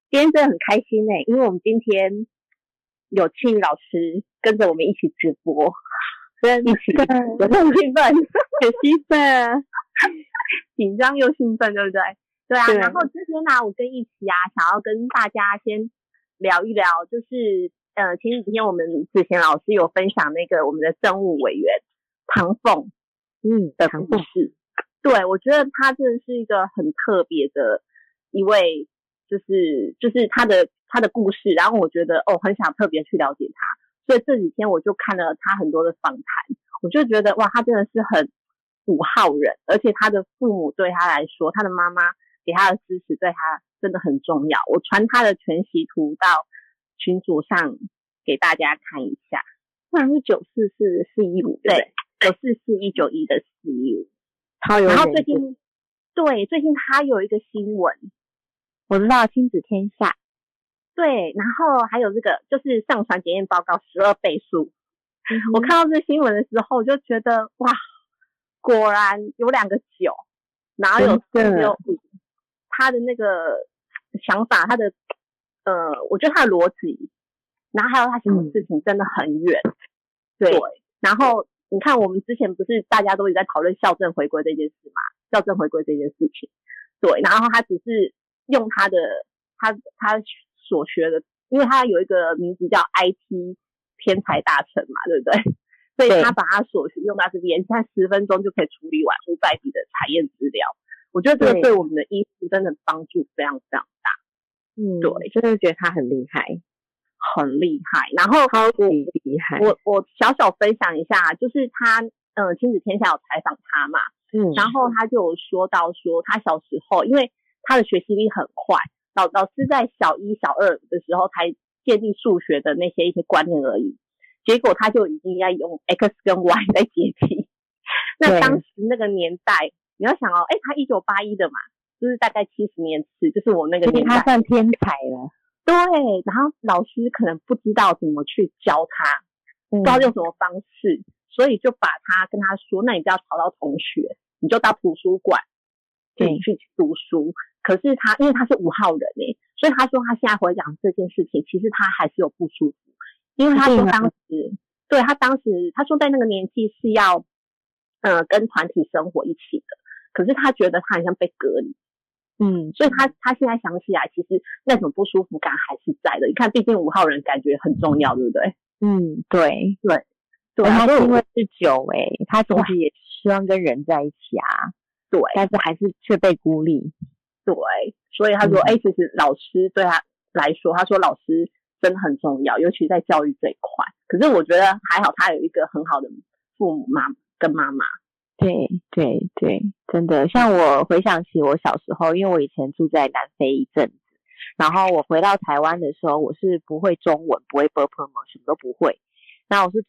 今天真的很开心因为我们今天有庆宇老师跟着我们一起直播，一起有没有兴奋？ 很兴奋啊， 紧张又兴奋，对不对？对啊。 对然后今天呢，我跟一起想要跟大家先聊一聊，就是前几天我们子贤老师有分享那个我们的政务委员唐凤的故事。对，我觉得他真的是一个很特别的一位，就是他的故事，然后我觉得很想特别去了解他，所以这几天我就看了他很多的访谈，我就觉得哇，他真的是很五号人，而且他的父母对他来说，他的妈妈给他的支持对他真的很重要。我传他的全息图到群组上给大家看一下， 那是944-415， 对，944-191的415。 超有。 然后最近他有一个新闻， 我知道亲子天下， 对，然后还有这个就是上传检验报告12倍数。我看到这新闻的时候，我就觉得哇，果然有2个9，哪有只有5？他的那个想法，他的我觉得他的逻辑，然后还有他想的事情真的很远。对，然后你看我们之前不是大家都一直在讨论校正回归这件事嘛，校正回归这件事情。对，然后他只是用他所学的，因为他有一个名字叫 IT 天才大成嘛，对不对？所以他把他所学用到这边，在10分钟就可以处理完500笔的采验资料。我觉得这个对我们的医术真的帮助非常非常大。对， 真的觉得他很厉害， 很厉害。然后超级厉害。 我小小分享一下，就是他亲子天下有采访他嘛，然后他就有说到说他小时候，因为他的学习力很快，老师在小1、小2的时候才建立数学的一些观念而已，结果他就已经在用 X 跟 Y 在解题。那当时那个年代，你要想他1981的嘛，就是大概70年次，就是我那个年代， 他算天才了。 对，然后老师可能不知道怎么去教他，不知道用什么方式，所以就把他跟他说，那你不要吵到同学，你就到图书馆自己去读书。可是他因为他是5号人所以他说他现在回想这件事情，其实他还是有不舒服，因为他说当时他说在那个年纪是要跟团体生活一起的，可是他觉得他好像被隔离。所以他现在想起来，其实那种不舒服感还是在的。你看，毕竟5号人感觉很重要，对不对？ 对。 他是因为是酒他其实也希望跟人在一起啊， 对， 但是还是却被孤立。 对，所以他说，其实老师对他来说，他说老师真的很重要，尤其在教育这一块。可是我觉得还好，他有一个很好的父母跟妈妈。 对，真的，像我回想起我小时候，因为我以前住在南非一阵子，然后我回到台湾的时候，我是不会中文，不会 ㄅㄆㄇ， 什么都不会。那我是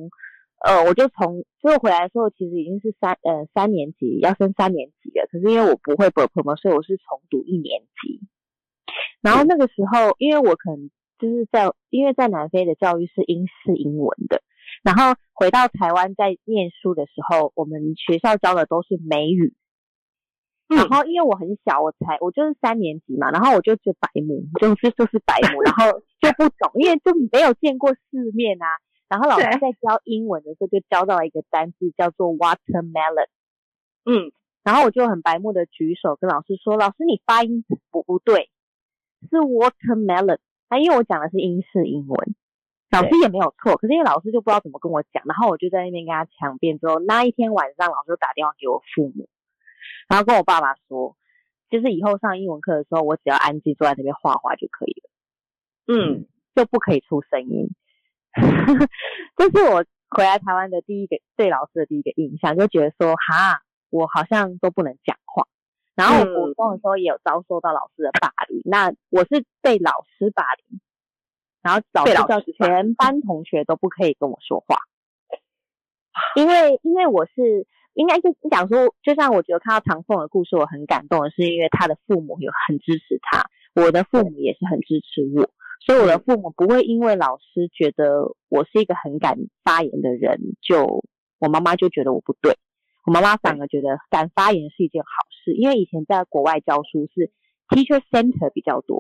就是回来的时候，其实已经是3年级，要升3年级了。可是因为我不会 ㄅㄆㄇ， 所以我是重读1年级。然后那个时候，因为我可能就是因为在南非的教育是英式英文的。然后回到台湾在念书的时候，我们学校教的都是美语。然后因为我很小，我就是3年级嘛，然后我就白目，就是白目，然后就不懂，因为就没有见过世面啊。然后老师在教英文的时候就教到一个单字叫做 watermelon。然后我就很白目的举手跟老师说，老师你发音不对，是 watermelon。因为我讲的是英式英文，老师也没有错，可是因为老师就不知道怎么跟我讲，然后我就在那边跟他强辩。之后那一天晚上，老师就打电话给我父母，然后跟我爸爸说，就是以后上英文课的时候，我只要安静坐在那边画画就可以了，就不可以出声音。这是我回来台湾的对老师的第一个印象，就觉得说我好像都不能讲话。然后我国中的时候也有遭受到老师的霸凌，那我是被老师霸凌，然后老师叫全班同学都不可以跟我说话。因为我是应该就讲说，就像我觉得看到唐凤的故事我很感动的是，因为他的父母有很支持他，我的父母也是很支持我，所以我的父母不会因为老师觉得我是一个很敢发言的人，我妈妈就觉得我不对，我妈妈反而觉得敢发言是一件好事。因为以前在国外教书是 teacher center 比较多，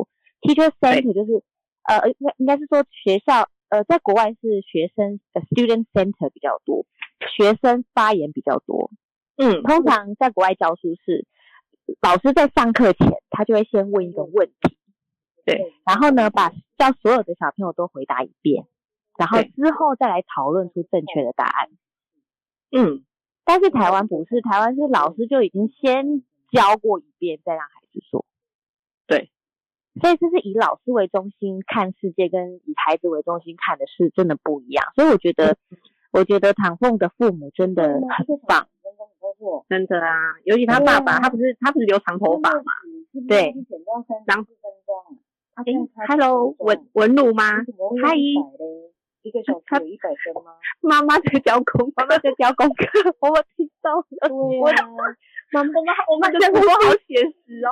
teacher center 就是应该是说学校在国外是学生student center 比较多，学生发言比较多。通常在国外教书是老师在上课前他就会先问一个问题， 对， 然后呢叫所有的小朋友都回答一遍，然后之后再来讨论出正确的答案。但是台湾不是，台湾是老师就已经先教过一遍再让孩子说。 对， 所以这是以老师为中心看世界跟以孩子为中心看的事真的不一样。所以我觉得唐凤的父母真的很棒， 真的啊，尤其他爸爸，他不是留长头发嘛？ 对。 Hello， 文鲁吗？嗨， 一个小时有100分吗？ 妈妈在教功课，我听到了。 对啊， 我们的生活好写实哦。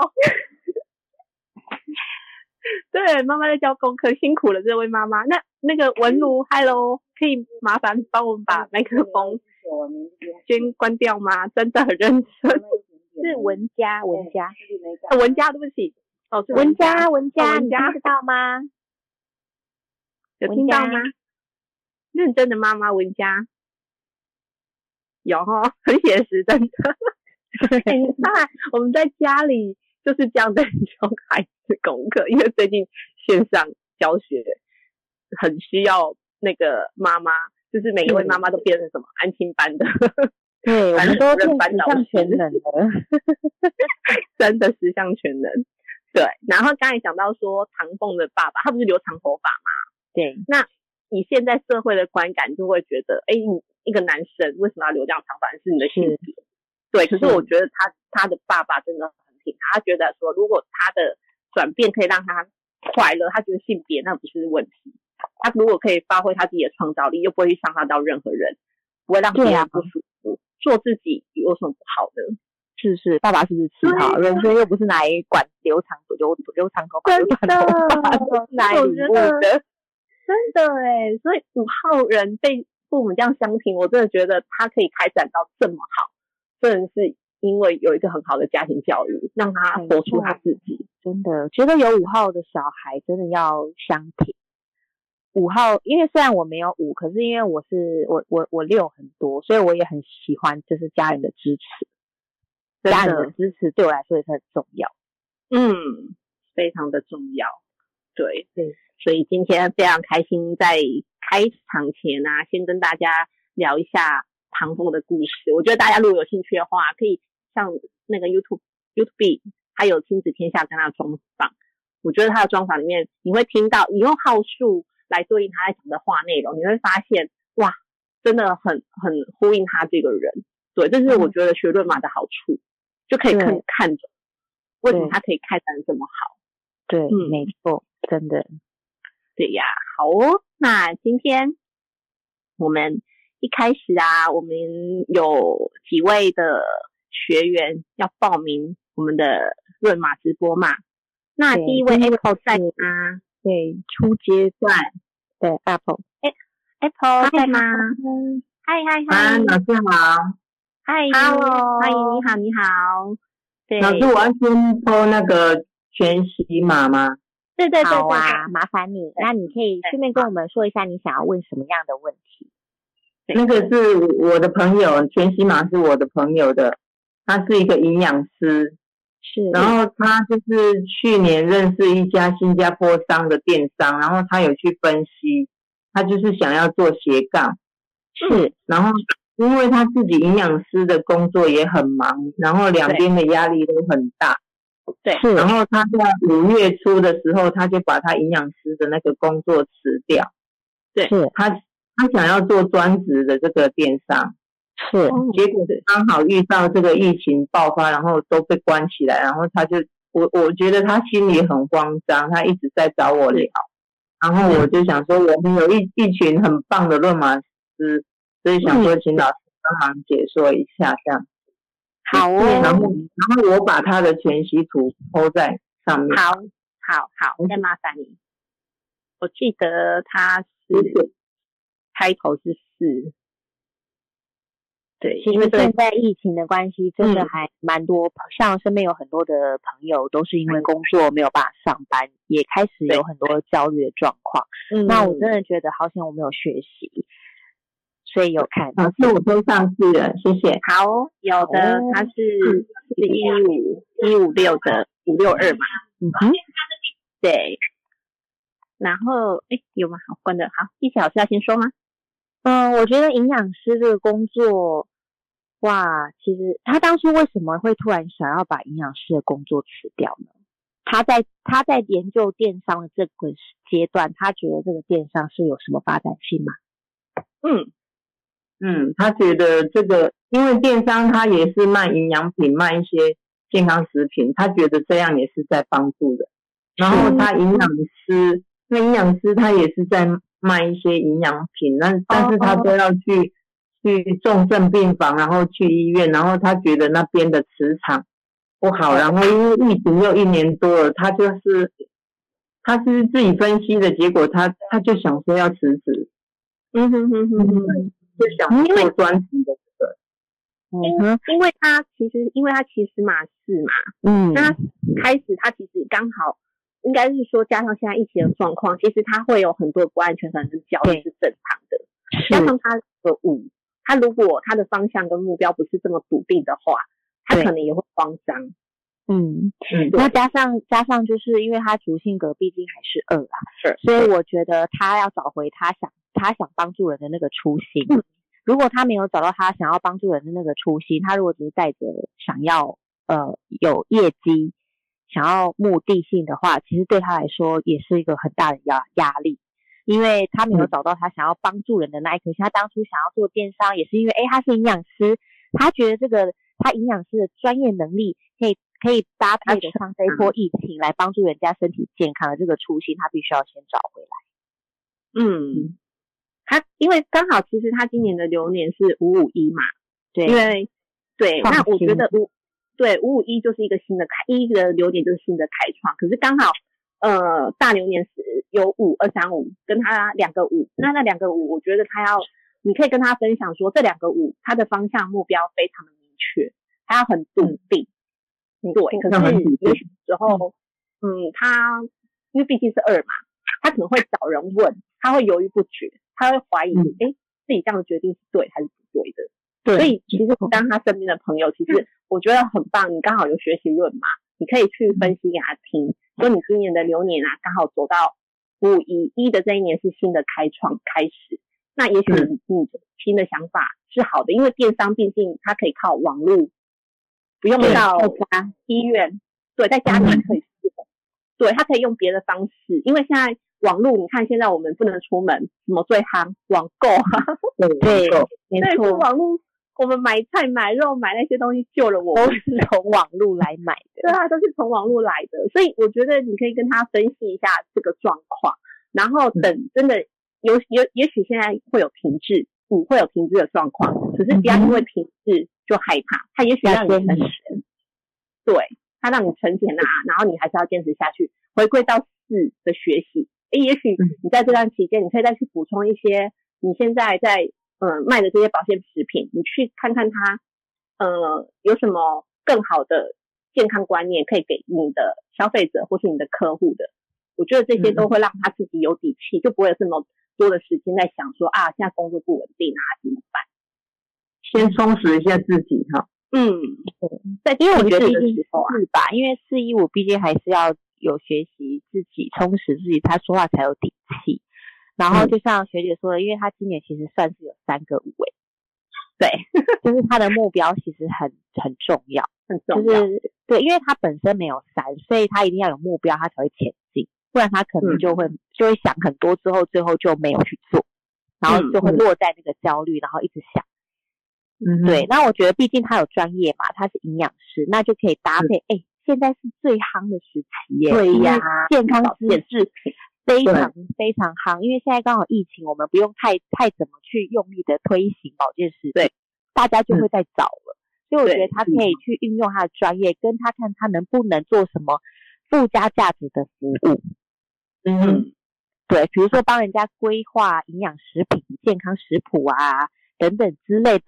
对，妈妈在教功课，辛苦了这位妈妈。那个文如 ，Hello， 可以麻烦帮我们把麦克风先关掉吗？真的很认真。 是文佳， 对不起，是文佳，你听得到吗？ 有听到吗？认真的妈妈文佳，有哦，很写实，真的。当然，我们在家里就是这样的教孩子功课，因为最近线上教学很需要那个妈妈，就是每一位妈妈都变成什么安亲班的， 对，我们都变十项全能了， 真的十项全能。对，然后刚才讲到说唐凤的爸爸，他不是留长头发吗？ 对， 那以现在社会的观感就会觉得，你一个男生为什么要留这样长发？是你的性别。对，可是我觉得他的爸爸真的很挺他，他觉得说如果他的转变可以让他快乐，他觉得性别那不是问题。他如果可以发挥他自己的创造力，又不会去伤害到任何人，不会让别人不舒服，做自己有什么不好的？ 是，爸爸是不是吃好？人生又不是拿来管留长头发， 真的， 来礼物的。 真的所以5号人被父母这样相挺，我真的觉得他可以开展到这么好，真的是因为有一个很好的家庭教育，让他活出他自己。 真的觉得有5号的小孩真的要相挺。5号，因为虽然我没有5，可是因为我6很多，所以我也很喜欢就是家人的支持，家人的支持对我来说也是很重要。 非常的重要。对，所以今天非常开心，在开场前啊，先跟大家聊一下唐凤的故事。我觉得大家如果有兴趣的话，可以像那个 YouTube 还有亲子天下跟他的专访。我觉得他的专访里面，你会听到你用号数来对应他在讲的话内容，你会发现哇，真的很呼应他这个人。对，这是我觉得学论马的好处，就可以看着为什么他可以开展得这么好。 对，没错，真的。 对呀，好哦。那今天我们一开始啊，我们有几位的学员要报名我们的论马直播嘛。那第一位 Apple 在吗？ 对，初阶段。对 Apple 在吗？嗨， 老师好。 嗨 ，Hello， 欢迎，你好。对， 老师，我要先抽那个全息码吗？ 对，好啊，麻烦你。那你可以顺便跟我们说一下你想要问什么样的问题？ 那个是我的朋友，全息码是我的朋友的，他是一个营养师，然后他就是去年认识一家新加坡商的电商，然后他有去分析，他就是想要做斜杠，然后因为他自己营养师的工作也很忙，然后两边的压力都很大。 对， 然后他在5月初的时候，他就把他营养师的那个工作辞掉。 对， 他想要做专职的这个电商，结果刚好遇到这个疫情爆发，然后都被关起来，然后他就我觉得他心里很慌张，他一直在找我聊，然后我就想说我们有一群很棒的论马师，所以想说请老师帮忙解说一下这样。 好哦， 然后我把他的全息图抛在上面。 好，再麻烦你。我记得他是开头是4， 对， 其实现在疫情的关系，真的还蛮多，像身边有很多的朋友都是因为工作没有办法上班，也开始有很多焦虑的状况。那我真的觉得好险我没有学习，所以有看。 老师，我都上去了，谢谢。 好，有的它是156的562嘛。对。然后有吗？好，关的。好，一起老师要先说吗？ 我觉得营养师这个工作，哇，其实他当初为什么会突然想要把营养师的工作辞掉呢？他在研究电商的这个阶段，他觉得这个电商是有什么发展性吗？ 他觉得这个，因为电商他也是卖营养品，卖一些健康食品，他觉得这样也是在帮助的。然后他营养师他也是在卖一些营养品，但是他都要去重症病房，然后去医院，然后他觉得那边的磁场不好，然后因为疫情又1年多了，他是自己分析的结果，他就想说要辞职。就想做专辑的这个。 因为他其实马氏嘛，那开始他其实刚好应该是说加上现在疫情的状况，其实他会有很多不安全感跟焦虑是正常的。加上他的他如果他的方向跟目标不是这么笃定的话，他可能也会慌张。 那加上就是因为他主性格毕竟还是2啦，所以我觉得他要找回他想帮助人的那个初心。如果他没有找到他想要帮助人的那个初心，他如果只是带着想要有业绩、想要目的性的话，其实对他来说也是一个很大的压力，因为他没有找到他想要帮助人的那一颗心。他当初想要做电商，也是因为他是营养师，他觉得这个他营养师的专业能力可以搭配的上这一波疫情来帮助人家身体健康的这个初心，他必须要先找回来。 他因为刚好其实他今年的流年是551嘛，对，因为对，那我觉得551就是一个新的一个流年就是新的开创，可是刚好大流年是有5235跟他2个5，那2个5我觉得你可以跟他分享说这2个5他的方向目标非常的明确，他要很笃定。对，可是也许时候他因为毕竟是2嘛，他可能会找人问，他会犹豫不决，他会怀疑自己这样的决定是对还是不对的。所以其实当他身边的朋友，其实我觉得很棒，你刚好有学习论嘛，你可以去分析给他听，说你今年的流年刚好走到551的这一年是新的开始，那也许你新的想法是好的，因为电商毕竟它可以靠网络，不用到医院，对，在家里可以使用，对，它可以用别的方式，因为现在网络，你看现在我们不能出门，什么最夯网购对，没错， 网络我们买菜买肉买那些东西救了我们， 都是从网络来买的。 对啊，都是从网络来的，所以我觉得你可以跟他分析一下这个状况，然后等真的也许现在会有停滞，会有停滞的状况，只是不要因为停滞就害怕，他也许让你沉潜，对，他让你沉潜然后你还是要坚持下去，回归到4的学习。也许你在这段期间，你可以再去补充一些你现在在卖的这些保健食品，你去看看它有什么更好的健康观念可以给你的消费者或是你的客户的。我觉得这些都会让他自己有底气，就不会有这么多的时间在想说现在工作不稳定怎么办？ 先充实一下自己哈。 因为我觉得毕竟是吧，因为415毕竟还是要有学习自己，充实自己，他说话才有底气。然后就像学姐说的，因为他今年其实算是有3个5对，就是他的目标其实很重要，就是对，因为他本身没有3，所以他一定要有目标，他才会前进，不然他可能就会想很多之后，最后就没有去做，然后就会落在那个焦虑，然后一直想。对，那我觉得毕竟他有专业嘛，他是营养师，那就可以搭配。现在是最夯的时期耶， 对呀， 健康保健制品非常非常夯，因为现在刚好疫情，我们不用太怎么去用力的推行保健食品， 对， 大家就会在找了。所以我觉得他可以去运用他的专业，跟他看他能不能做什么附加价值的服务。对，比如说帮人家规划营养食品、健康食谱等等之类的。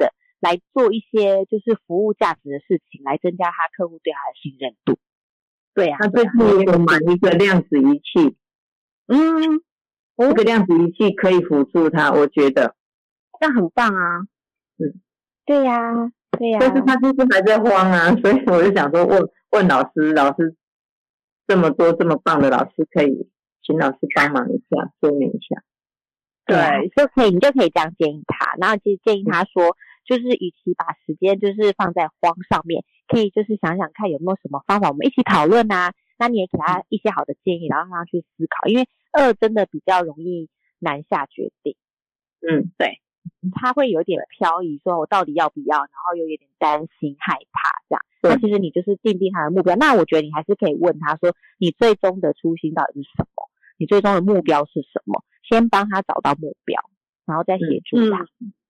来做一些就是服务价值的事情，来增加他客户对他的信任度。对啊， 他最近也有买一个量子仪器，这个量子仪器可以辅助他，我觉得这样很棒啊。 对呀， 但是他就是还在慌啊，所以我就想说问老师这么多这么棒的老师，可以请老师帮忙一下，说明一下。 对，你就可以这样建议他，然后就建议他说，就是与其把时间就是放在慌上面，可以就是想想看有没有什么方法我们一起讨论啊，那你也给他一些好的建议，然后让他去思考，因为2真的比较容易难下决定。 对， 他会有点飘移，说我到底要不要，然后又有点担心害怕这样。那其实你就是定他的目标，那我觉得你还是可以问他说，你最终的初心到底是什么，你最终的目标是什么，先帮他找到目标，然后再协助他。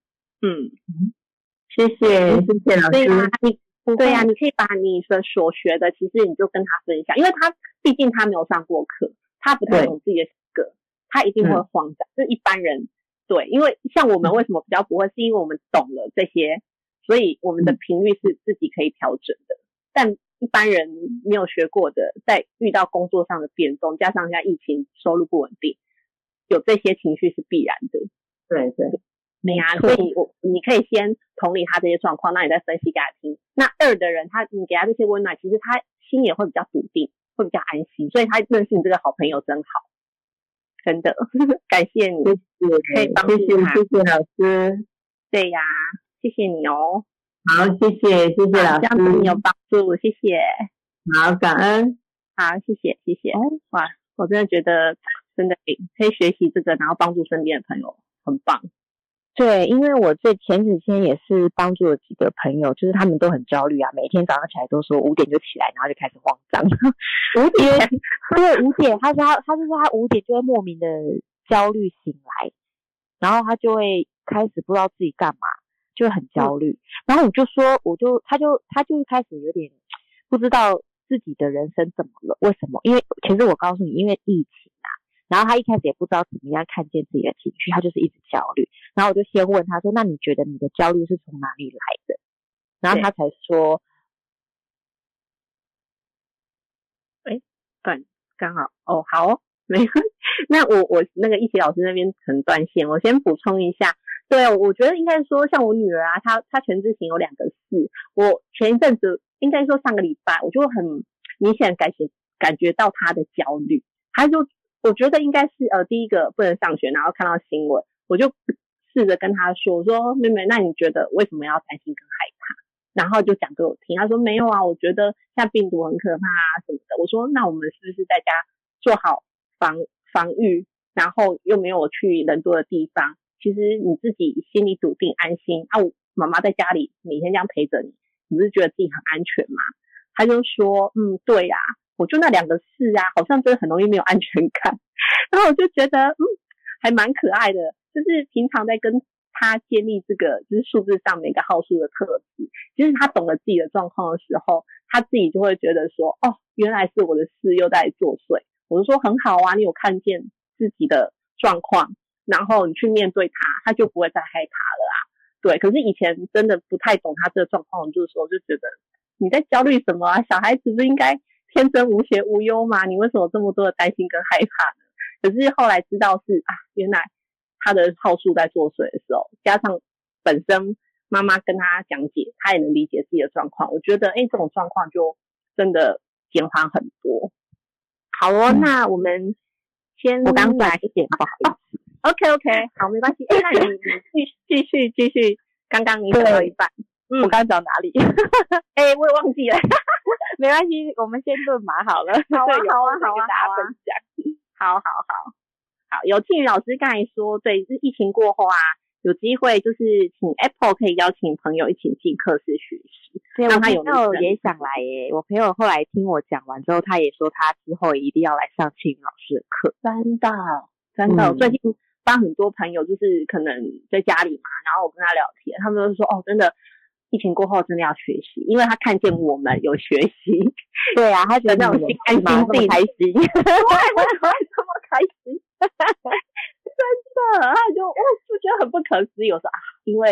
谢谢老师。 对啊，你可以把你的所学的，其实你就跟他分享，因为他毕竟他没有上过课，他不太懂自己的性格，他一定会慌张，这一般人。对，因为像我们为什么比较不会，是因为我们懂了这些，所以我们的频率是自己可以调整的。但一般人没有学过的，在遇到工作上的变动，加上现在疫情收入不稳定，有这些情绪是必然的。对，所以你可以先同理他这些状况，那你再分析给他听。那2的人，你给他这些温暖，其实他心也会比较笃定，会比较安心，所以他认识你这个好朋友真好。真的感谢你，可以帮助他。 谢谢老师。 对呀，谢谢你哦。 好，谢谢老师， 这样子你有帮助，谢谢。 好，感恩。 好，谢谢。哇，我真的觉得真的可以学习这个，然后帮助身边的朋友，很棒。 对，因为我前几天也是帮助了几个朋友，就是他们都很焦虑啊，每天早上起来都说5点就起来，然后就开始慌张。5点，对，5点，他就说他5点就会莫名的焦虑醒来，然后他就会开始不知道自己干嘛，就很焦虑。然后他就开始有点不知道自己的人生怎么了，为什么？因为其实我告诉你，因为疫情啊。然后他一开始也不知道怎么样看见自己的情绪，他就是一直焦虑。然后我就先问他说，那你觉得你的焦虑是从哪里来的？然后他才说， 刚好好哦，没有。那我那个一起老师那边可能断线，我先补充一下。对，我觉得应该说像我女儿啊，她全字型有2个4，我前一阵子应该说上个礼拜，我就很明显感觉到她的焦虑，我觉得应该是第一个不能上学，然后看到新闻，我就试着跟他说，我说妹妹，那你觉得为什么要担心跟害怕？然后就讲给我听，他说没有啊，我觉得像病毒很可怕啊什么的。我说那我们是不是在家做好防御，然后又没有去人多的地方，其实你自己心里笃定安心啊，妈妈在家里每天这样陪着你，你不是觉得自己很安全吗？他就说对啊，我就那2个4啊，好像真的很容易没有安全感。然后我就觉得还蛮可爱的，就是平常在跟他建立这个就是数字上每个号数的特质，其实他懂了自己的状况的时候，他自己就会觉得说原来是我的4又在作祟。我就说很好啊，你有看见自己的状况，然后你去面对他就不会再害怕了啊。对，可是以前真的不太懂他这个状况，就是说就觉得你在焦虑什么啊？小孩子不应该天真无邪无忧吗？你为什么这么多的担心跟害怕呢？可是后来知道是原来他的号数在作祟的时候，加上本身妈妈跟他讲解，他也能理解自己的状况，我觉得这种状况就真的减缓很多。好哦，那我们先，我刚本来就点不好意思。OK， 好，没关系。那你继续，刚刚你讲到一半， 我刚讲哪里？ 我也忘记了。 没关系，我们先论马好了。 好啊， 跟大家分享。 好，有庆宇老师刚才说，对，是疫情过后啊，有机会就是请 Apple 可以邀请朋友一起进课室学习。 对，我朋友也想来耶。我朋友后来听我讲完之后，他也说他之后一定要来上庆宇老师的课。 真的，最近帮很多朋友就是可能在家里嘛，然后我跟他聊天，他们都说真的。疫情过后真的要学习，因为他看见我们有学习。 对啊，他觉得那种心安心地开心。 对，为什么会这么开心？真的，他就觉得很不可思议。我说因为我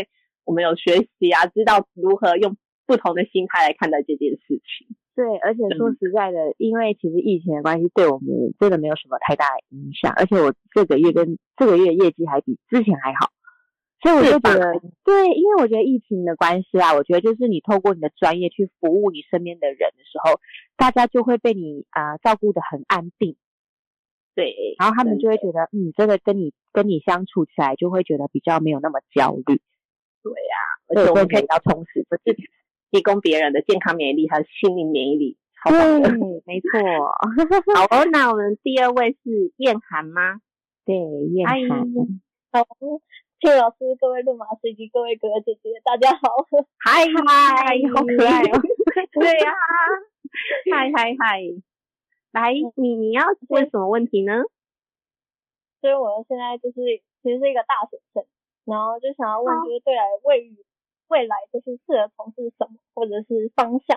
我们有学习啊，知道如何用不同的心态来看待这件事情。 对，而且说实在的，因为其实疫情的关系，对我们真的没有什么太大的影响，而且我这个月业绩还比之前还好，所以我就觉得，对，因为我觉得疫情的关系啊，我觉得就是你透过你的专业去服务你身边的人的时候，大家就会被你照顾得很安定， 对， 然后他们就会觉得，真的跟你相处起来就会觉得比较没有那么焦虑。 对啊，而且我们可以要充实自己。提供别人的健康免疫力还有心理免疫力， 对，没错。 好哦，那我们第二位是燕涵吗？ 对，燕涵。 好，邱老师、各位路马师以及各位哥哥姐姐，大家好。 嗨，好可爱哦。对呀，嗨，来，你要问什么问题呢？ 所以我现在就是其实是一个大学生，然后就想要问，就是对未来就是适合从事什么，或者是方向。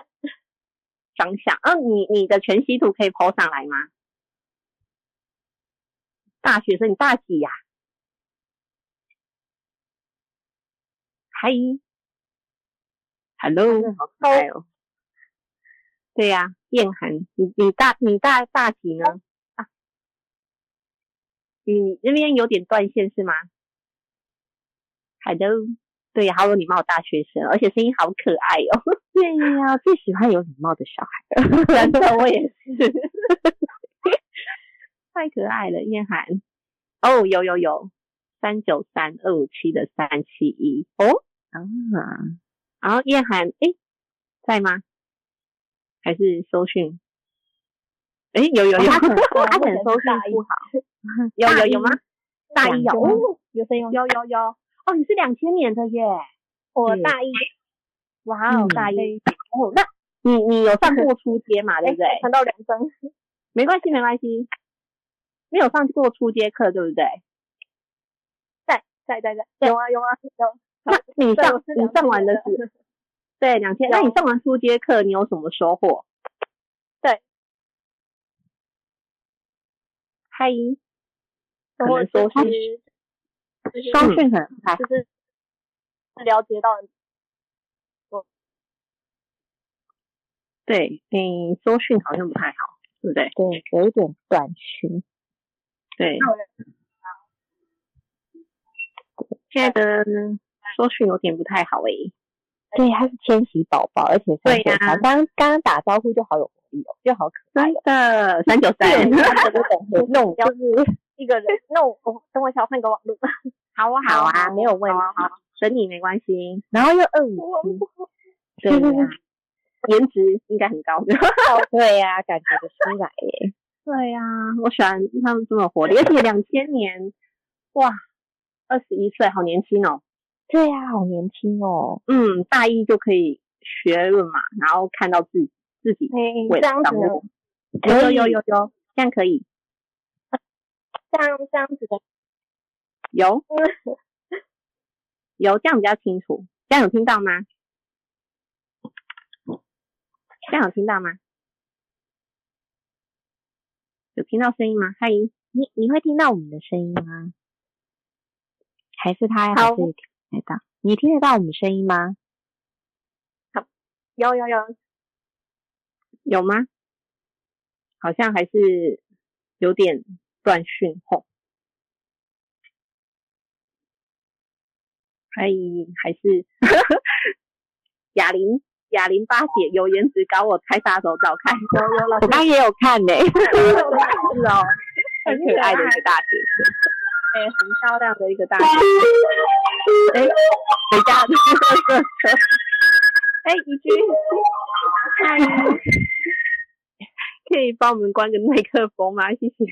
你的全息图可以 po 上来吗？大学生，你大几呀？嗨 ，Hello， 好可爱哦。对呀，燕涵，你大几呢？你那边有点断线是吗 ？Hello。对，好有礼貌的大学生，而且声音好可爱哦。 对呀，最喜欢有礼貌的小孩了。 真的，我也是。太可爱了，燕涵。哦，有393-257的371哦。然后燕涵，在吗？还是搜讯？有， 他可能搜讯不好。 有吗？大一有声音吗？ 有。哦，你是2000年的耶！ 我大一。 哇哦，大一。哦，那你有上过初阶嘛？对不对？ 传到2张。 没关系。没有上过初阶课，对不对？ 在。有啊。 那你上完的是？对，2000。那你上完初阶课，你有什么收获？ 对。 嗨。 可能说是。 双讯很好， 就是了解到对，收讯好像不太好，对不对？ 对，有一点短讯。 对。现在的收讯有点不太好对，他是千禧宝宝，而且对呀， 刚刚打招呼就好有活力哦，就好可爱。 真的，393。 弄就是一个人弄，等我想换个网络。 好啊，没有问题，省你没关系。然后又257，对呀，颜值应该很高的。 对呀，感觉得出来耶。 对呀，我喜欢他们这么活力，而且2000年，哇，21岁，好年轻哦。 对呀，好年轻哦。 大一就可以学论嘛，然后看到自己这样子呢？ 有，这样可以。 这样子的。 有，这样比较清楚。这样有听到吗？有听到声音吗？嗨， 你会听到我们的声音吗？还是他还是听得到？你听得到我们声音吗？ 好， 有吗？好像还是有点断讯吼。还是哑铃八姐有颜值高，我开杀手照看。 有老师，我刚也有看呢。 是哦，很可爱的一个大学生，很漂亮的一个大学生。回家的宜君，可以帮我们关个麦克风吗？谢谢。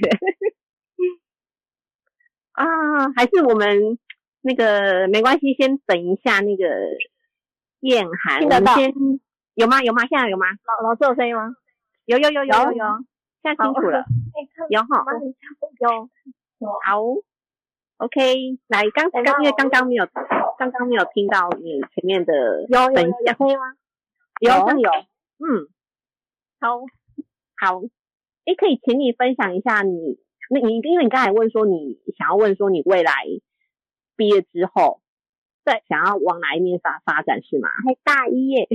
还是我们那个没关系，先等一下那个燕涵， 听得到有吗？现在有吗？ 老师有声音吗？ 有，现在清楚了。有哈， 有。 好 ，OK， 来，因为刚刚没有听到你前面的分享， 有声音吗？ 有。好，可以请你分享一下你因为你刚才问说你想要问说你未来毕业之后对，想要往哪一面发展是吗？ 还大一耶，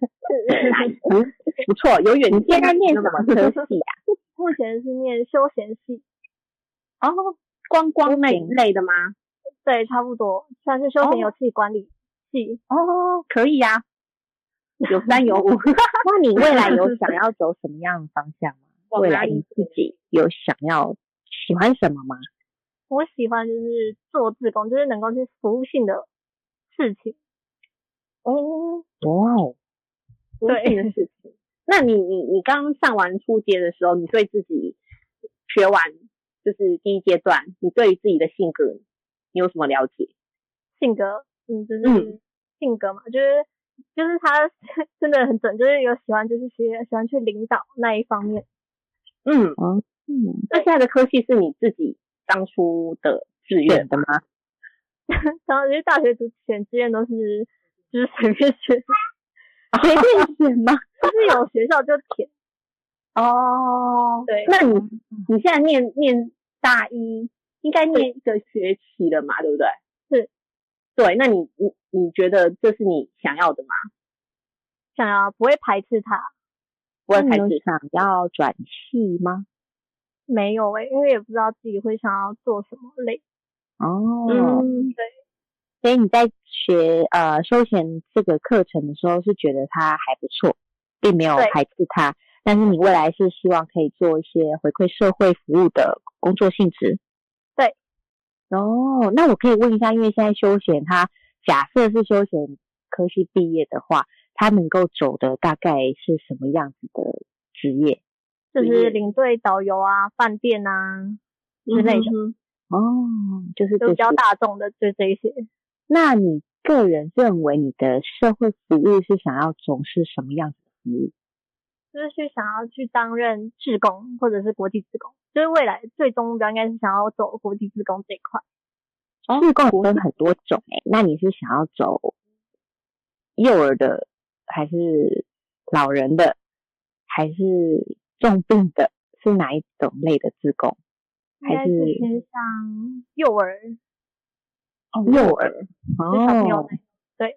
不错，有远见。 你现在念什么科系啊？ 目前是念休闲系。 哦，观光那一类的吗？ 对，差不多，算是休闲游戏管理系。 哦，可以啊，有3有5。 那你未来有想要走什么样的方向吗？未来你自己有喜欢什么吗？ 我喜欢就是做志工，就是能够去服务性的事情。 哦， 哇哦， 服务性的事情。那你刚上完初阶的时候，你对自己学完就是第一阶段，你对于自己的性格你有什么了解？ 性格，就是性格嘛，就是他真的很准，就是有喜欢去领导那一方面。 那现在的科系是你自己当初的志愿的吗？ 然后其实大学选志愿都是就是随便选， 随便选吗？ 就是有学校就填。 哦， 对。 那你现在念大一，应该念一个学期了嘛，对不对？ 是。 对，那你觉得这是你想要的吗？ 想要，不会排斥它。 不会排斥。 你有想要转系吗？ 没有因为也不知道自己会想要做什么类。 对。所以你在学休闲这个课程的时候是觉得它还不错，并没有排斥它，但是你未来是希望可以做一些回馈社会服务的工作性质。 对。 那我可以问一下，因为现在休闲它假设是休闲科系毕业的话，它能够走的大概是什么样子的职业？ 就是领队、导游啊、饭店啊之类的。 就是比较大众的，就这一些。 那你个人认为你的社会服务是想要从事什么样子的服务？ 就是想要去担任志工或者是国际志工，就是未来最终目标应该是想要走国际志工这一块。 志工分很多种那你是想要走幼儿的，还是老人的，还是重病的？是哪一种类的志工？ 还是偏向幼儿？ 幼儿小朋友对。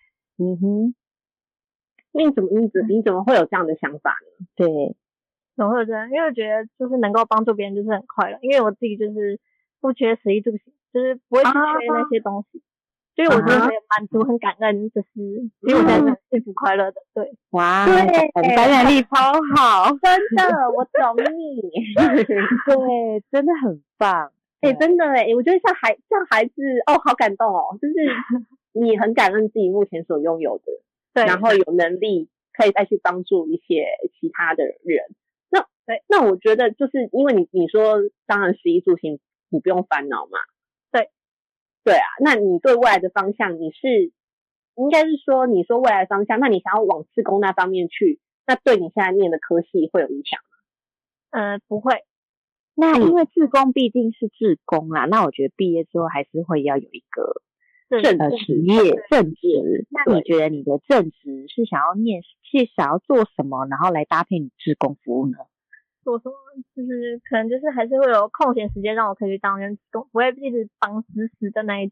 你怎么会有这样的想法呢？ 对， 怎么会有这样？因为我觉得就是能够帮助别人就是很快乐，因为我自己就是不缺食衣住行，就是不会去缺那些东西，所以我觉得很满足很感恩，就是因为我现在是很幸福快乐的。对。 哇，对，感染力超好， 真的，我懂你。 对，真的很棒。 真的我觉得像孩子好感动就是你很感恩自己目前所拥有的， 对， 然后有能力可以再去帮助一些其他的人。那我觉得就是因为你说当然食衣住行你不用烦恼嘛。对啊，那你对未来的方向应该是说你说未来的方向，那你想要往志工那方面去，那对你现在念的科系会有影响吗？不会。 那因为志工毕竟是志工啦，那我觉得毕业之后还是会要有一个职业正职。那你觉得你的正职是想要做什么，然后来搭配你志工服务呢？ 做什么？就是可能就是还是会有空闲时间让我可以去当志工，不会一直绑死的那一种。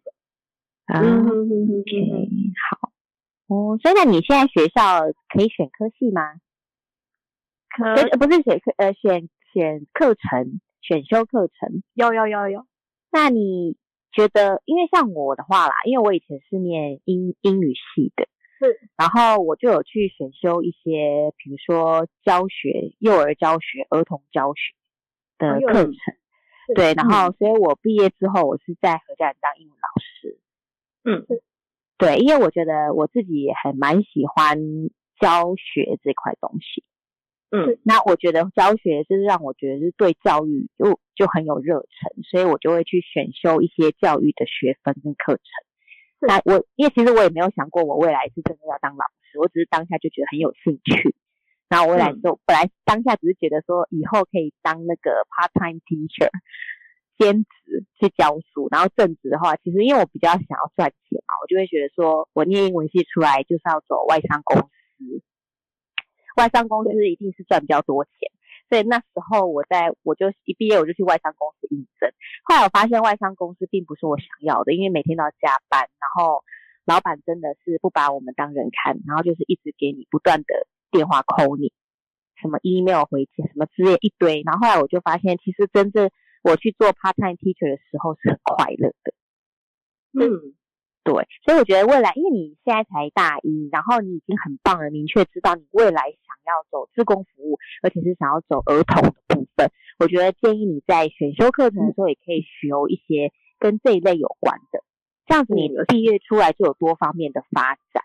好。所以那你现在学校可以选科系吗？不是选课程。选修课程有。 那你觉得，因为像我的话啦，因为我以前是念英语系的， 是， 然后我就有去选修一些，比如说教学、幼儿教学、儿童教学的课程，对，然后所以我毕业之后，我是在何家人当英文老师。对，因为我觉得我自己也还蛮喜欢教学这块东西。那我觉得教学就是让我觉得是对教育就很有热忱，所以我就会去选修一些教育的学分跟课程。那因为其实我也没有想过我未来是真的要当老师，我只是当下就觉得很有兴趣。然后我未来本来当下只是觉得说以后可以当那个 part-time teacher 兼职去教书，然后正职的话，其实因为我比较想要赚钱嘛，我就会觉得说我念英文系出来就是要走外商公司。外商公司一定是赚比较多钱，所以那时候我就一毕业我就去外商公司应征。后来我发现外商公司并不是我想要的，因为每天都要加班，然后老板真的是不把我们当人看，然后就是一直给你不断的电话 call 你，什么 email 回信，什么之类一堆。然后后来我就发现，其实真正我去做 part time teacher 的时候是很快乐的。对，所以我觉得未来，因为你现在才大一，然后你已经很棒了，明确知道你未来想要走志工服务，而且是想要走儿童的部分，我觉得建议你在选修课程的时候也可以修一些跟这一类有关的，这样子你毕业出来就有多方面的发展。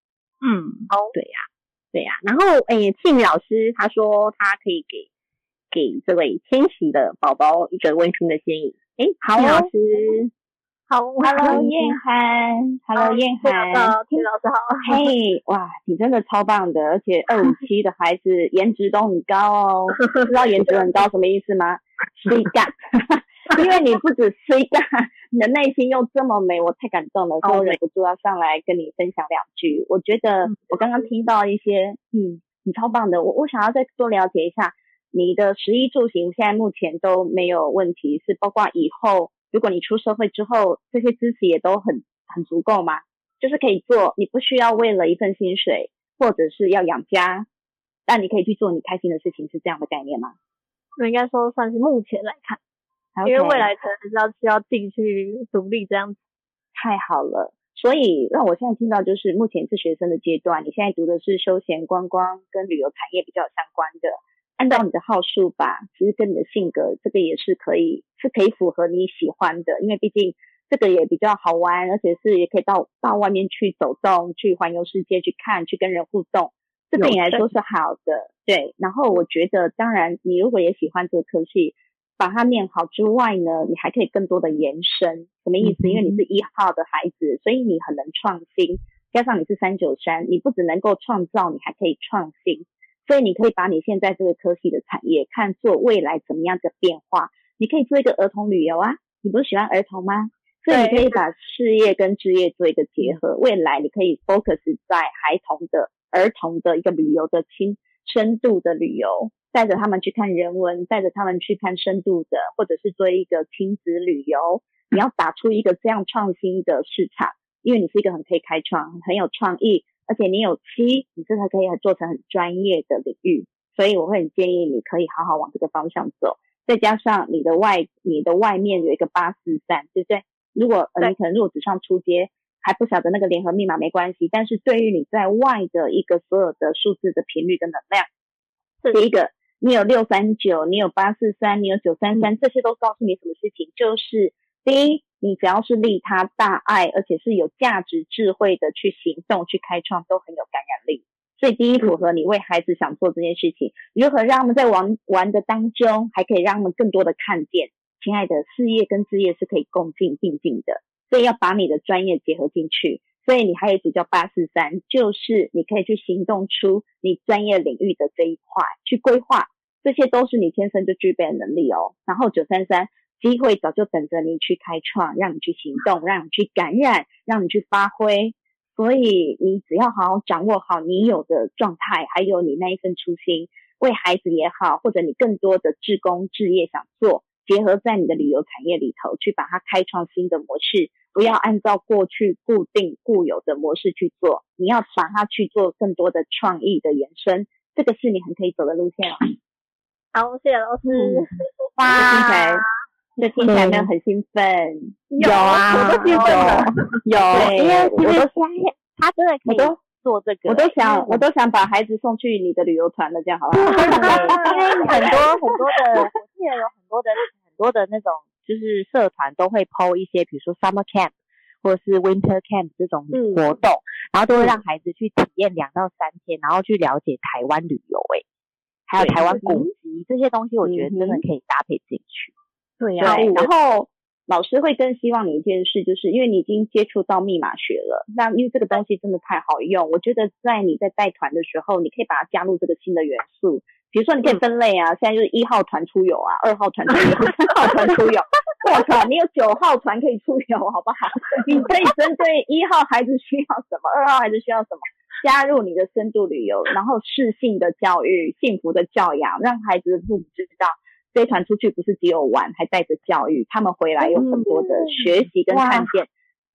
对呀。然后庆宇老师他说他可以给这位千禧的宝宝一个温馨的建议。好，庆老师。 好 ，Hello 燕涵 ，Hello 燕涵， 听老师好。 嘿，哇，你真的超棒的，而且257的孩子颜值都很高哦。知道颜值很高什么意思吗？C 杠，因为你不止 C 杠，你的内心又这么美，我太感动了，所以我忍不住要上来跟你分享2句。我觉得我刚刚听到一些，你超棒的，我想要再多了解一下你的食衣住行，现在目前都没有问题，是包括以后。如果你出社会之后，这些支持也都很足够吗？就是可以做，你不需要为了一份薪水，或者是要养家，但你可以去做你开心的事情，是这样的概念吗？ 我应该说算是目前来看，因为未来可能还是需要自己去独立这样子。 太好了，所以让我现在听到就是目前是学生的阶段，你现在读的是休闲观光跟旅游产业比较相关的。按照你的号数吧，其实跟你的性格，这个也是可以符合你喜欢的，因为毕竟这个也比较好玩，而且是也可以到外面去走动，去环游世界，去看，去跟人互动，这对你来说是好的。对，然后我觉得当然你如果也喜欢这个科系，把它念好之外呢，你还可以更多的延伸。什么意思？因为你是1号的孩子，所以你很能创新，加上你是393，你不只能够创造，你还可以创新。所以你可以把你现在这个科系的产业看作未来怎么样的变化，你可以做一个儿童旅游啊，你不是喜欢儿童吗？所以你可以把事业跟职业做一个结合，未来你可以 focus 在儿童的一个旅游的深度的旅游，带着他们去看人文，带着他们去看深度的，或者是做一个亲子旅游，你要打出一个这样创新的市场，因为你是一个很可以开创很有创意，而且你有7，你真的可以做成很专业的领域，所以我会很建议你可以好好往这个方向走。再加上你的外面有一个843，对不对？你可能如果只上初阶还不晓得那个联合密码没关系，但是对于你在外的一个所有的数字的频率跟能量，第一个你有639，你有843，你有933，这些都告诉你什么事情？就是第一，你只要是利他大爱，而且是有价值智慧的去行动去开创，都很有感染力。所以第一，符合你为孩子想做这件事情，如何让他们在玩的当中还可以让他们更多的看见，亲爱的，事业跟事业是可以共进并进的，所以要把你的专业结合进去。所以你还有一组叫843，就是你可以去行动出你专业领域的这一块去规划，这些都是你天生就具备的能力哦。然后933，机会早就等着你去开创，让你去行动，让你去感染，让你去发挥。所以你只要好好掌握好你有的状态，还有你那一份初心，为孩子也好，或者你更多的志工志业想做，结合在你的旅游产业里头，去把它开创新的模式，不要按照过去固定固有的模式去做，你要把它去做更多的创意的延伸，这个是你很可以走的路线哦。 好，谢谢老师。 哇，这听起来没有很兴奋？ 有啊， 我都兴奋了。 有，因为其实他真的可以做这个， 我都想把孩子送去你的旅游团了，这样好不好？ 因为很多的，我记得有很多的那种就是社团都会 po 一些，比如说 summer camp 或者是 winter camp 这种活动，然后都会让孩子去体验2到3天，然后去了解台湾旅游，还有台湾古迹这些东西，我觉得真的可以搭配进去。 对呀，然后老师会更希望你一件事，就是因为你已经接触到密码学了，那因为这个东西真的太好用，我觉得在你在带团的时候，你可以把它加入这个新的元素，比如说你可以分类啊，现在就是1号团出游啊，2号团出游，3号团出游，我靠，你有9号团可以出游，好不好？你可以针对1号孩子需要什么，2号孩子需要什么，加入你的深度旅游，然后适性的教育，幸福的教养，让孩子的父母知道这一团出去不是只有玩，还带着教育，他们回来有很多的学习跟看见。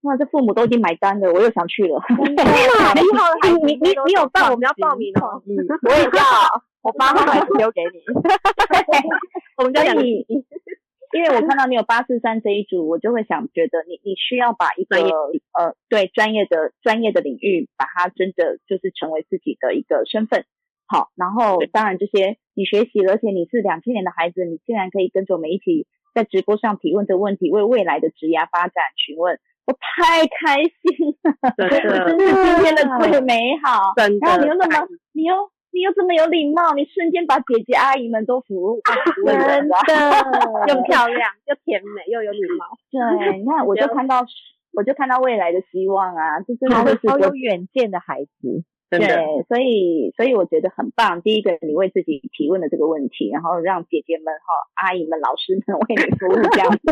哇，这父母都已经买单了，我又想去了。 你好，你有报，我们要报名哦。 我也要，我8号孩子丢给你。 我们就讲你。 因为我看到你有843这一组，我就会想觉得你需要把一个对专业的领域，把它真的就是成为自己的一个身份。好，然后当然这些你学习了，而且你是2000年的孩子，你竟然可以跟着我们一起在直播上提问这个问题，为未来的职业发展询问，我太开心了，真是今天的最美好。 真的， 然后你又这么有礼貌，你瞬间把姐姐阿姨们都服务人了， 又漂亮又甜美又有礼貌。 对，你看我就看到未来的希望啊，这真的是好有远见的孩子。 对，所以我觉得很棒。第一个，你为自己提问的这个问题，然后让姐姐们阿姨们、老师们为你服务这样子。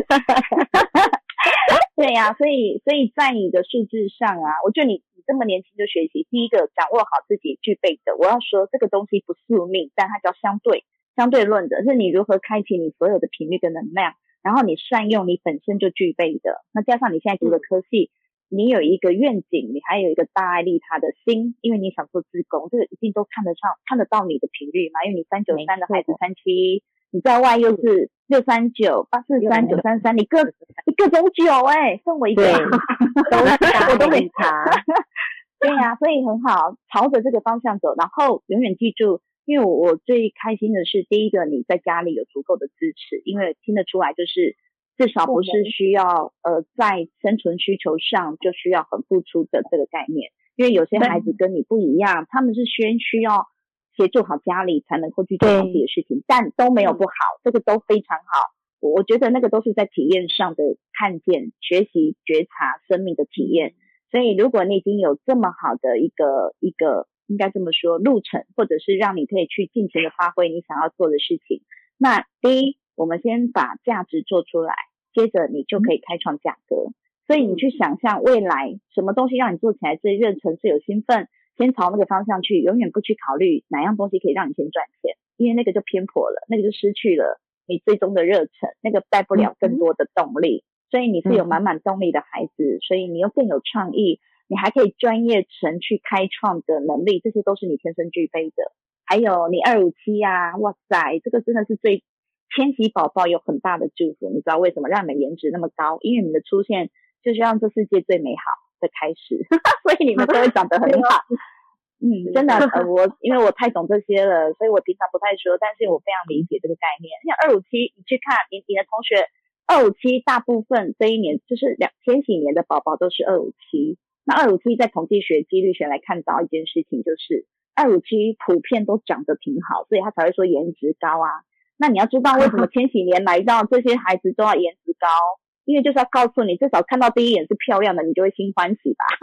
对呀，所以在你的数字上啊，我觉得你这么年轻就学习，第一个掌握好自己具备的。我要说这个东西不宿命，但它叫相对论的，是你如何开启你所有的频率跟能量，然后你善用你本身就具备的。那加上你现在读的科系，你有一个愿景，你还有一个大爱利他的心，因为你想做志工，这个一定都看得到你的频率嘛，因为你393的孩子37，你在外又是639、843、933，你各种9送我一个，我都没查。对呀，所以很好，朝着这个方向走，然后永远记住，因为我最开心的是，第一个你在家里有足够的支持，因为听得出来就是至少不是需要在生存需求上就需要很付出的这个概念，因为有些孩子跟你不一样，他们是先需要协助好家里才能够去做好自己的事情，但都没有不好，这个都非常好。我觉得那个都是在体验上的看见、学习、觉察生命的体验。所以如果你已经有这么好的一个应该这么说路程，或者是让你可以去尽情的发挥你想要做的事情，那第一，我们先把价值做出来，接着你就可以开创价格。所以你去想象未来什么东西让你做起来最热忱、最有兴奋，先朝那个方向去，永远不去考虑哪样东西可以让你先赚钱，因为那个就偏颇了，那个就失去了你最终的热忱，那个带不了更多的动力。所以你是有满满动力的孩子，所以你又更有创意，你还可以专业成去开创的能力，这些都是你天生具备的。还有你257啊，哇塞，这个真的是对千禧宝宝有很大的祝福。你知道为什么让你们颜值那么高？因为你们的出现就是让这世界最美好的开始所以你们都会长得很好真的因为我太懂这些了，所以我平常不太说，但是我非常理解这个概念。像257，你去看你的同学257，大部分这一年就是2000几年的宝宝都是257。那257在统计学、几率学来看到一件事情，就是257普遍都长得挺好，所以他才会说颜值高啊。那你要知道为什么千禧年来到这些孩子都要颜值高，因为就是要告诉你，至少看到第一眼是漂亮的，你就会心欢喜吧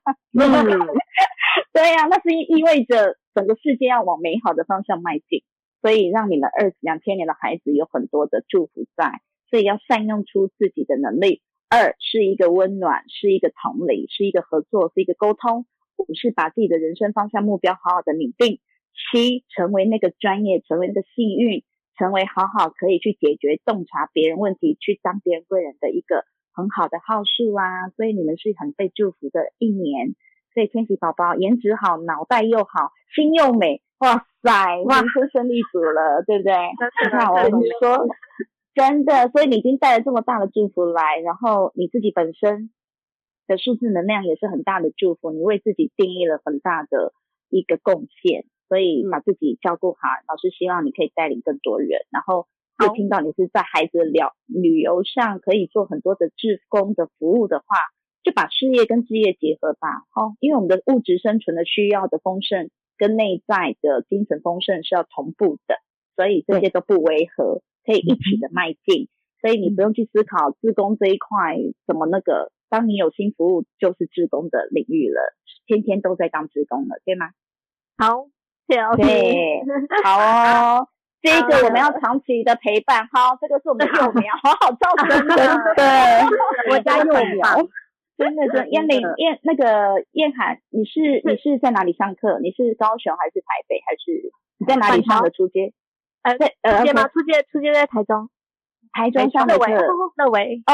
对呀，那是意味着整个世界要往美好的方向迈进，所以让你们2000年的孩子有很多的祝福在，所以要善用出自己的能力。2是一个温暖，是一个同理，是一个合作，是一个沟通。5是把自己的人生方向目标好好的拟定。7成为那个专业，成为那个幸运，成为好好可以去解决洞察别人问题，去当别人贵人的一个很好的号数啊。所以你们是很被祝福的一年。所以千禧宝宝颜值好，脑袋又好，心又美，哇塞，人生胜利组了，对不对？你看我跟你说真的，所以你已经带了这么大的祝福来，然后你自己本身的数字能量也是很大的祝福，你为自己定义了很大的一个贡献，所以把自己照顾好。老师希望你可以带领更多人，然后又听到你是在孩子的旅游上可以做很多的志工的服务的话，就把事业跟事业结合吧。因为我们的物质生存的需要的丰盛跟内在的精神丰盛是要同步的，所以这些都不违和，可以一起的迈进。所以你不用去思考志工这一块怎么那个，当你有新服务就是志工的领域了，天天都在当志工了，对吗？ 好，谢谢。 对，好哦。这个我们要长期的陪伴，好，这个是我们的幼苗，好好照顾，真的，我家幼苗，真的，燕涵，你是在哪里上课？你是高雄还是台北，还是你在哪里上的初阶？ 初阶吗？初阶在台中。 台中上的课， 乐维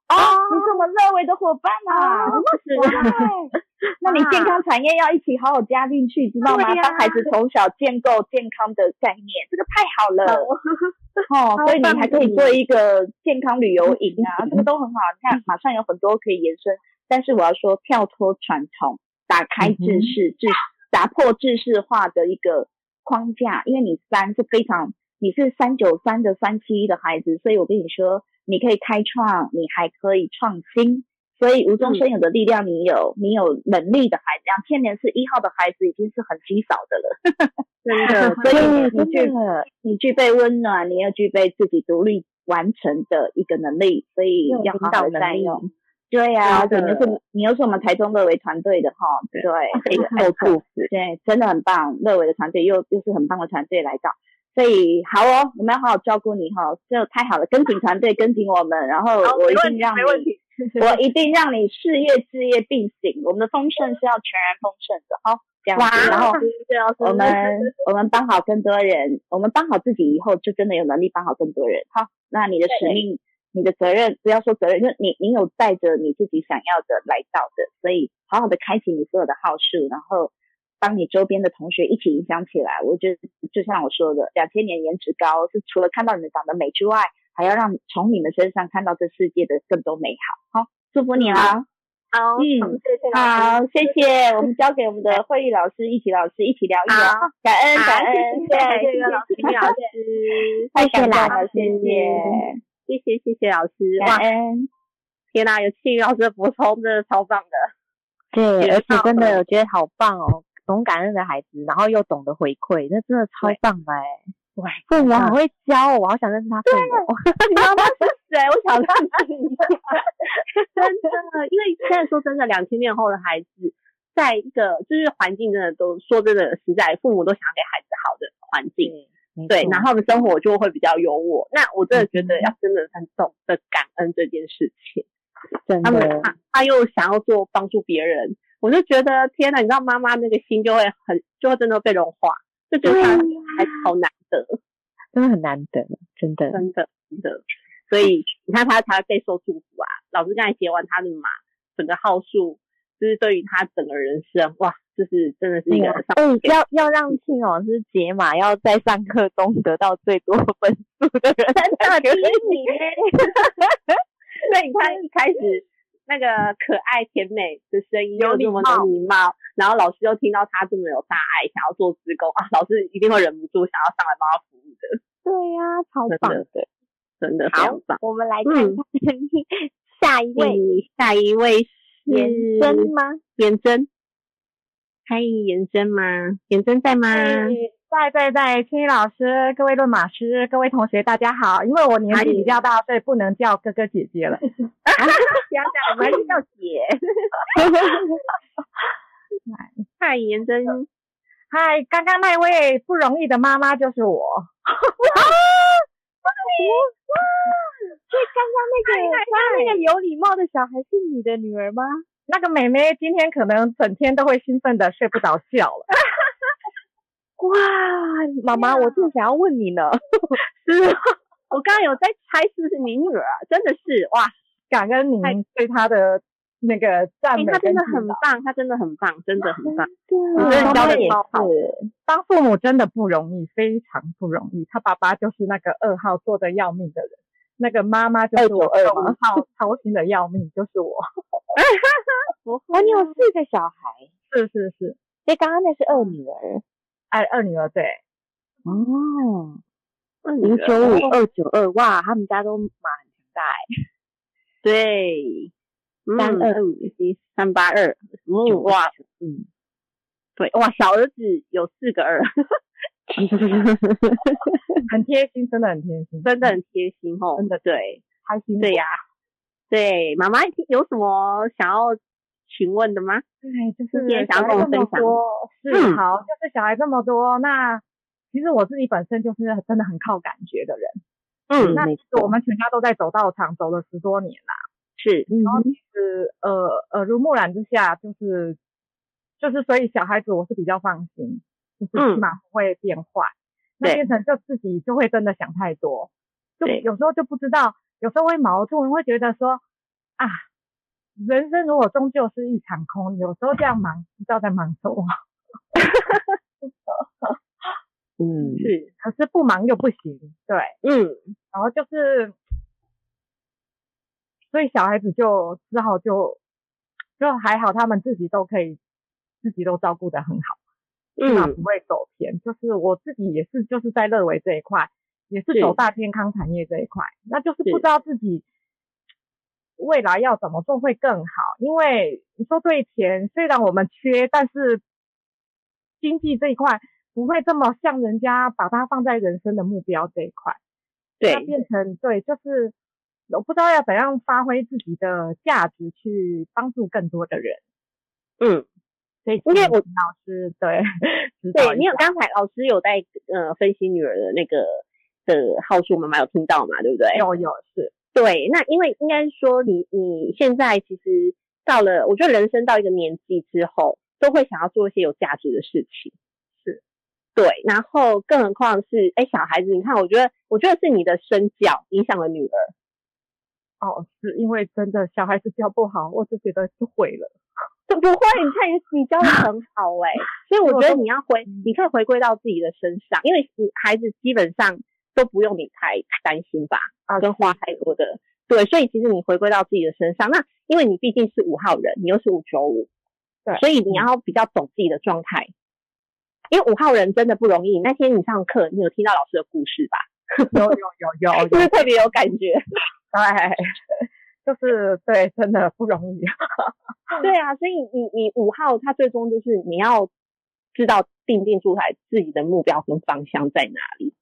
你是我们乐维的伙伴啊！那你健康产业要一起好好加进去，知道吗？帮孩子从小建构健康的概念，这个太好了。所以你还可以做一个健康旅游营啊，这个都很好。你看，马上有很多可以延伸。但是我要说，跳脱传统，打开制式，打破制式化的一个框架。因为你是393的371的孩子，所以我跟你说，你可以开创，你还可以创新。所以无中生有的力量，你有能力的孩子，2000年是1号的孩子已经是很稀少的了。真的，所以你具备温暖，你要具备自己独立完成的一个能力，所以要好好的善用。对啊，你又是我们台中乐维团队的哈，对，这个爱祝福，对，真的很棒，乐维的团队又是很棒的团队来到。所以好哦，我们要好好照顾你哈，这太好了，跟紧团队，跟紧我们，然后我一定让你事业置业并行，我们的丰盛是要全然丰盛的哈，这样子，然后我们帮好更多人，我们帮好自己以后就真的有能力帮好更多人。好，那你的使命，你的责任，不要说责任，就是你有带着你自己想要的来到的，所以好好的开启你所有的号数，然后帮你周边的同学一起影响起来。我觉得就像我说的，2000年颜值高是除了看到你们长得美之外，还要让从你们身上看到这世界的更多美好。好，祝福你啦！ 好， 好，谢谢。我们交给我们的慧玉老师、一起老师一起疗愈哦。感恩， 谢谢老师， 太感动了， 谢谢老师， 感恩。 天哪，有庆老师的补充，真的超棒的。 对，而且真的我觉得好棒哦，懂感恩的孩子，然后又懂得回馈，那真的超棒的对，父母好会教我好想认识他父母。 你妈妈是谁？我想认识一下。真的，因为现在说真的，2000年后的孩子，在一个就是环境真的都说真的实在，父母都想要给孩子好的环境，对，然后他们生活就会比较优渥。那我真的觉得要真的很懂得感恩这件事情。 真的， 他又想要做帮助别人，我就觉得天哪，你知道妈妈那个心就会真的被融化，就觉得他还好难得， 真的很难得，真的。 所以你看他才会备受祝福啊！老师刚才解完他的码，整个号数就是对于他整个人生，哇，就是真的是一个很要让庆老师解码，要在上课中得到最多分数的人， 真的第一名。所以你看一开始那个可爱甜美的声音又这么的礼貌，然后老师又听到他这么有大爱，想要做志工啊，老师一定会忍不住想要上来帮他服务的。 对呀，超棒的， 真的非常棒。 我们来看看下一位是颜真吗？ 颜真，嗨，颜真吗？颜真在吗？ 在，青衣老师，各位论马师，各位同学，大家好。因为我年纪比较大，所以不能叫哥哥姐姐了。不要叫，我们还是叫姐。嗨，颜真， 嗨，刚刚那位不容易的妈妈就是我。 所以刚刚那个有礼貌的小孩是你的女儿吗？ 那个妹妹今天可能整天都会兴奋的睡不着觉了。 哇，妈妈，我正想要问你呢。 是，我刚刚有在猜是不是你女儿啊？真的是哇， 感恩您对她的那个赞美， 她真的很棒，她真的很棒，真的很棒。 我真的教的超好。当父母真的不容易，非常不容易。他爸爸就是那个2号做的要命的人，那个妈妈就是我5号操心的要命，就是我。 你有4个小孩？ 是。 所以刚刚那是2女儿。 2女儿对。 哦，095、292，哇，他们家都马很强大对，325、382，哇，对，哇，小儿子有4个2， 很贴心，真的很贴心， 真的很贴心哦， 真的对， 开心， 对呀，对，妈妈有什么想要询问的吗？ 对，就是今天想要跟我分享。 是好，就是小孩这么多，那其实我自己本身就是真的很靠感觉的人。那其实我们全家都在走道场走了10多年啦。 是， 然后其实耳濡目染之下，就是所以小孩子我是比较放心，就是起码不会变坏。那变成就自己就会真的想太多，就有时候就不知道，有时候会矛盾，会觉得说啊，人生如果终究是一场空，有时候这样忙，不知道在忙什么。是，可是不忙又不行，对，然后就是，所以小孩子就只好就还好，他们自己都照顾得很好，起码不会走偏。就是我自己也是，就是在乐维这一块，也是走大健康产业这一块，那就是不知道自己未来要怎么做会更好。因为你说对钱，虽然我们缺，但是经济这一块不会这么像人家把它放在人生的目标这一块，对，它变成就是我不知道要怎样发挥自己的价值去帮助更多的人。所以因为我老师对你有刚才老师有在分析女儿的那个的号数，妈妈有听到嘛？对不对？ 有是。 对，那因为应该说你现在其实到了，我觉得人生到一个年纪之后，都会想要做一些有价值的事情。对，然后更何况是小孩子，你看，我觉得是你的身教影响了女儿。 是因为真的小孩子教不好，我就觉得就毁了。 不会，你看你教的很好所以我觉得你可以回归到自己的身上，因为你孩子基本上都不用你太担心吧，跟花太多的。对，所以其实你回归到自己的身上，那因为你毕竟是5号人，你又是595，对，所以你要比较懂自己的状态。因为5号人真的不容易。那天你上课，你有听到老师的故事吧？ 有， 就是特别有感觉。 对，就是对，真的不容易。 对啊，所以你5号，他最终就是你要知道定出来自己的目标跟方向在哪里。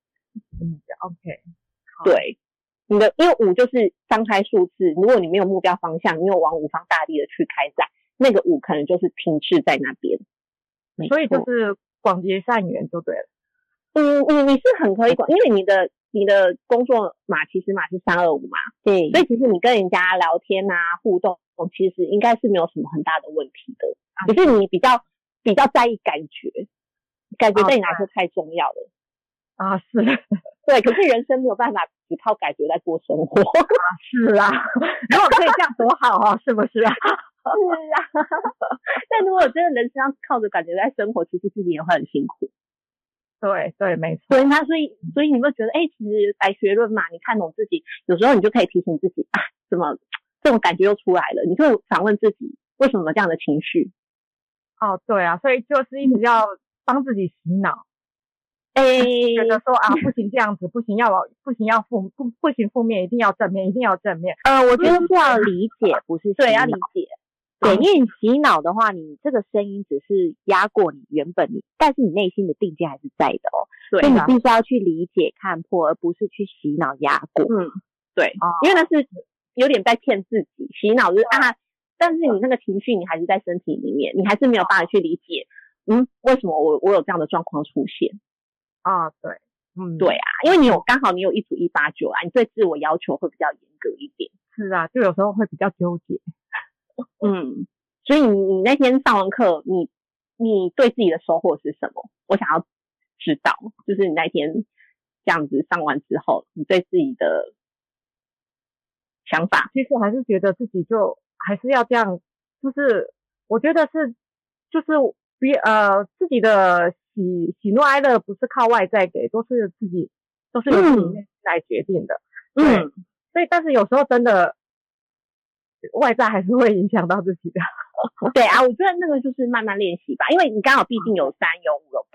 OK， 对，因为5就是张开数字，如果你没有目标方向，你有往5方大力的去开展，那个5可能就是停滞在那边。 所以就是广结善缘就对了。 你是很可以因为你的工作码其实码是325嘛，对，所以其实你跟人家聊天啊互动，其实应该是没有什么很大的问题的，只是你比较在意感觉对你来说太重要了。 是， 对，可是人生没有办法只靠感觉在过生活。 是啊，如果可以这样多好是不是啊？ 是啊，但如果真的人生要靠着感觉在生活，其实自己也会很辛苦。 对，没错。 对，所以你会觉得，其实来学论嘛，你看懂自己，有时候你就可以提醒自己怎么这种感觉又出来了？你就会反问自己，为什么这样的情绪？ 对啊，所以就是一直要帮自己洗脑。觉得说不行这样子，不行负面，一定要正面。 我觉得是要理解，不是对，要理解。 对，因为你洗脑的话，你这个声音只是压过你原本但是你内心的定见还是在的对， 所以你必须要去理解看破，而不是去洗脑压过。 对，因为那是有点在骗自己，洗脑就是但是你那个情绪你还是在身体里面，你还是没有办法去理解，为什么我有这样的状况出现。 对， 对啊，因为刚好你有1组189你对自我要求会比较严格一点。 是啊，就有时候会比较纠结。 所以你那天上完课，你对自己的收获是什么？我想要知道，就是你那天这样子上完之后，你对自己的想法。 其实还是觉得自己就还是要这样，就是我觉得是就是自己的喜怒哀乐不是靠外在给，都是由自己来决定的。所以但是有时候真的外在还是会影响到自己的。 对啊，我觉得那个就是慢慢练习吧，因为你刚好毕竟有3有5有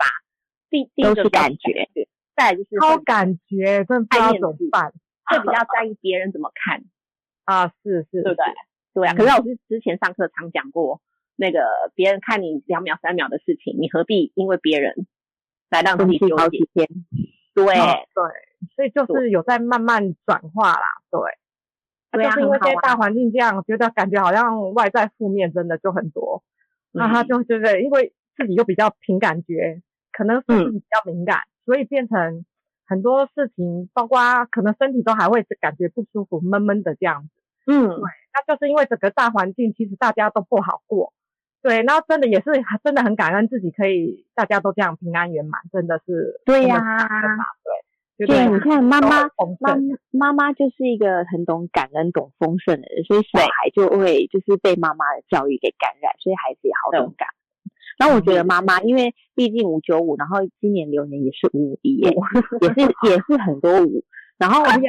8， 都是感觉。 再来就是超感觉，真的不知道怎么办， 会比较在意别人怎么看。 是， 对不对？对啊，可是老师之前上课常讲过，那个别人看你2秒3秒的事情，你何必因为别人来让自己纠结？对， 所以就是有在慢慢转化啦。对啊，就是因为现在大环境这样，觉得感觉好像外在负面真的就很多，那他就觉得因为自己又比较凭感觉，可能是自己比较敏感，所以变成很多事情，包括可能身体都还会感觉不舒服，闷闷的这样子。对，那就是因为整个大环境其实大家都不好过。对，然后真的也是真的很感恩自己可以大家都这样平安圆满，真的是。 对呀， 对， 对，你看妈妈就是一个很懂感恩、懂丰盛的人，所以小孩就会就是被妈妈的教育给感染，所以孩子也好懂感恩。然后我觉得妈妈，因为毕竟595，然后今年流年也是551耶，也是很多5。然后但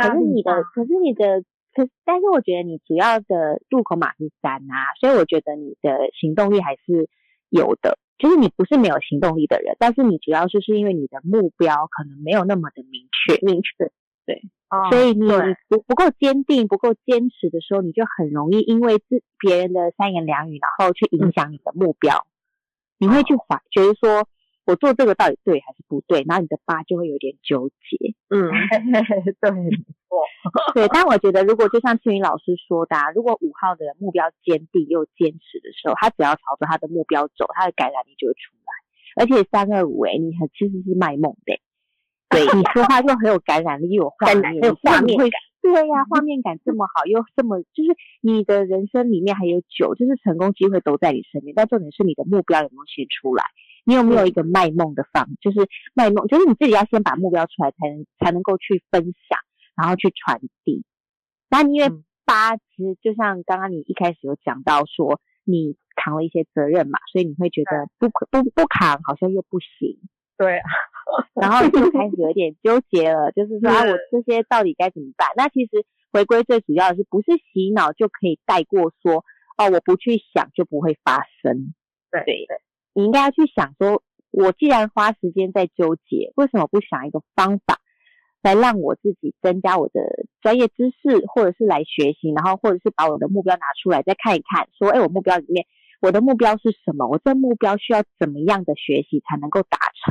是我觉得你主要的入口码是3啊，所以我觉得你的行动力还是有的。就是你不是没有行动力的人，但是你主要就是因为你的目标可能没有那么的明确，对，所以你不够坚定、不够坚持的时候，你就很容易因为别人的三言两语，然后去影响你的目标。你会去觉得说，我做这个到底对还是不对？然后你的8就会有点纠结。 对，没错。 对，但我觉得如果就像青云老师说的如果5号的人目标坚定又坚持的时候，他只要朝着他的目标走，他的感染力就会出来。而且325你其实是卖梦的。对，你说话就很有感染力，又有画面感。对呀，画面感这么好，又这么就是你的人生里面还有9，就是成功机会都在你身边，但重点是你的目标有没有先出来？你有没有一个卖梦的就是卖梦，就是你自己要先把目标出来，才能够去分享，然后去传递。那因为8其实就像刚刚你一开始有讲到说，你扛了一些责任嘛，所以你会觉得不扛好像又不行。 对， 然后就开始有点纠结了，就是说我这些到底该怎么办？那其实回归最主要的是，不是洗脑就可以带过说我不去想就不会发生。对，你应该要去想说，我既然花时间在纠结，为什么不想一个方法来让我自己增加我的专业知识，或者是来学习，然后或者是把我的目标拿出来再看一看，说我目标里面我的目标是什么？我这目标需要怎么样的学习才能够达成？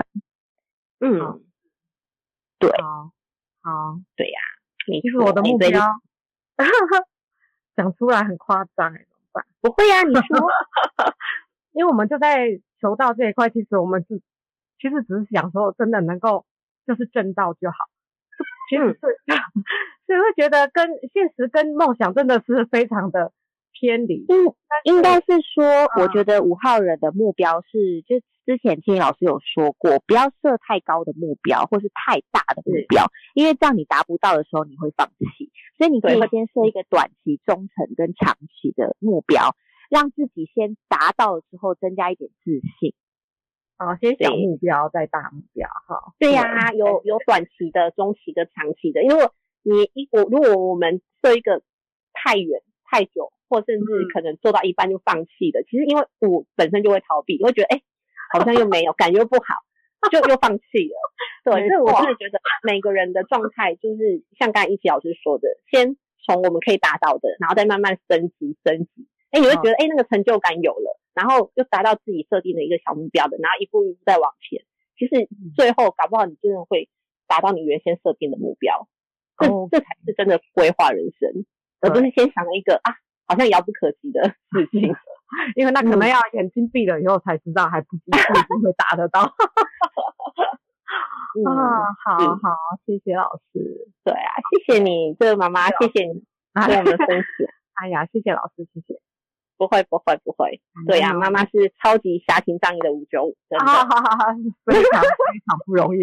对， 好， 对呀， 其实我的目标讲出来很夸张怎么办？ 不会啊，你说， 因为我们就在求道这一块，其实只是想说，真的能够就是正道就好。其实所以会觉得跟现实跟梦想真的是非常的偏离。 应该是说，我觉得5号人的目标是，就之前青云老师有说过，不要设太高的目标，或是太大的目标，因为这样你达不到的时候你会放弃。所以你可以先设一个短期、中程跟长期的目标，让自己先达到了之后增加一点自信。 先小目标再大目标哈。 对呀，有短期的、中期的、长期的。因为如果我们设一个太远、太久，或甚至可能做到一半就放弃的，其实因为5本身就会逃避，会觉得好像又没有，感觉不好，就又放弃了。对，所以我真的觉得每个人的状态就是像刚才一起老师说的，先从我们可以达到的，然后再慢慢升级。你会觉得那个成就感有了，然后又达到自己设定的一个小目标的，然后一步一步再往前。其实最后搞不好你真的会达到你原先设定的目标。这才是真的规划人生，而不是先想了一个好像遥不可及的事情。 因为那可能要眼睛闭了以后才知道，还不一定会达得到。好，谢谢老师。 对啊，谢谢你，这个妈妈，谢谢你跟我们分享。 哎呀，谢谢老师，谢谢。 不会。对呀，妈妈是超级家庭仗义的595，真的。 非常不容易。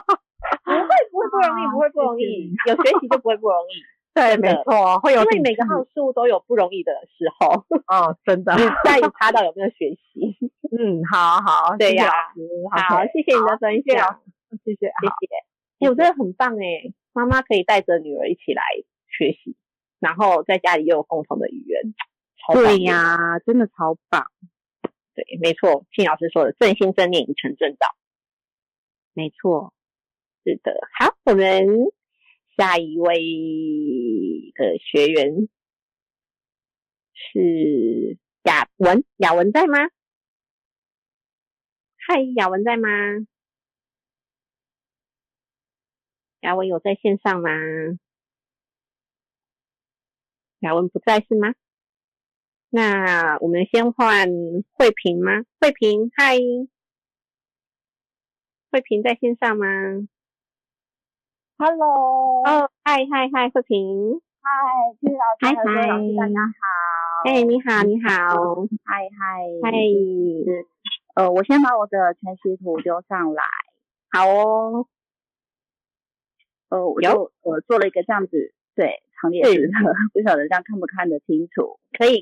不会不容易，有学习就不会不容易。 对，没错，会有， 因为每个号数都有不容易的时候。 真的。 在于他到有没有学习。 好， 对呀，好，谢谢你的分享， 谢谢。 我觉得很棒妈妈可以带着女儿一起来学习，然后在家里又有共同的语言。 对呀，真的超棒。 对，没错，庆老师说的正心正念以成正道。 没错， 是的。好，我们下一位学员是雅文在吗？嗨，雅文在吗？雅文有在线上吗？雅文不在是吗？那我们先换慧萍吗？慧萍，嗨，慧萍在线上吗 ？Hello， 嗨，慧萍， 嗨，季老师和各位老师大家好。 你好， 嗨，我先把我的全息图丢上来。 好哦。 我就做了一个这样子，对，长列式的，不晓得这样看不看得清楚？ 可以，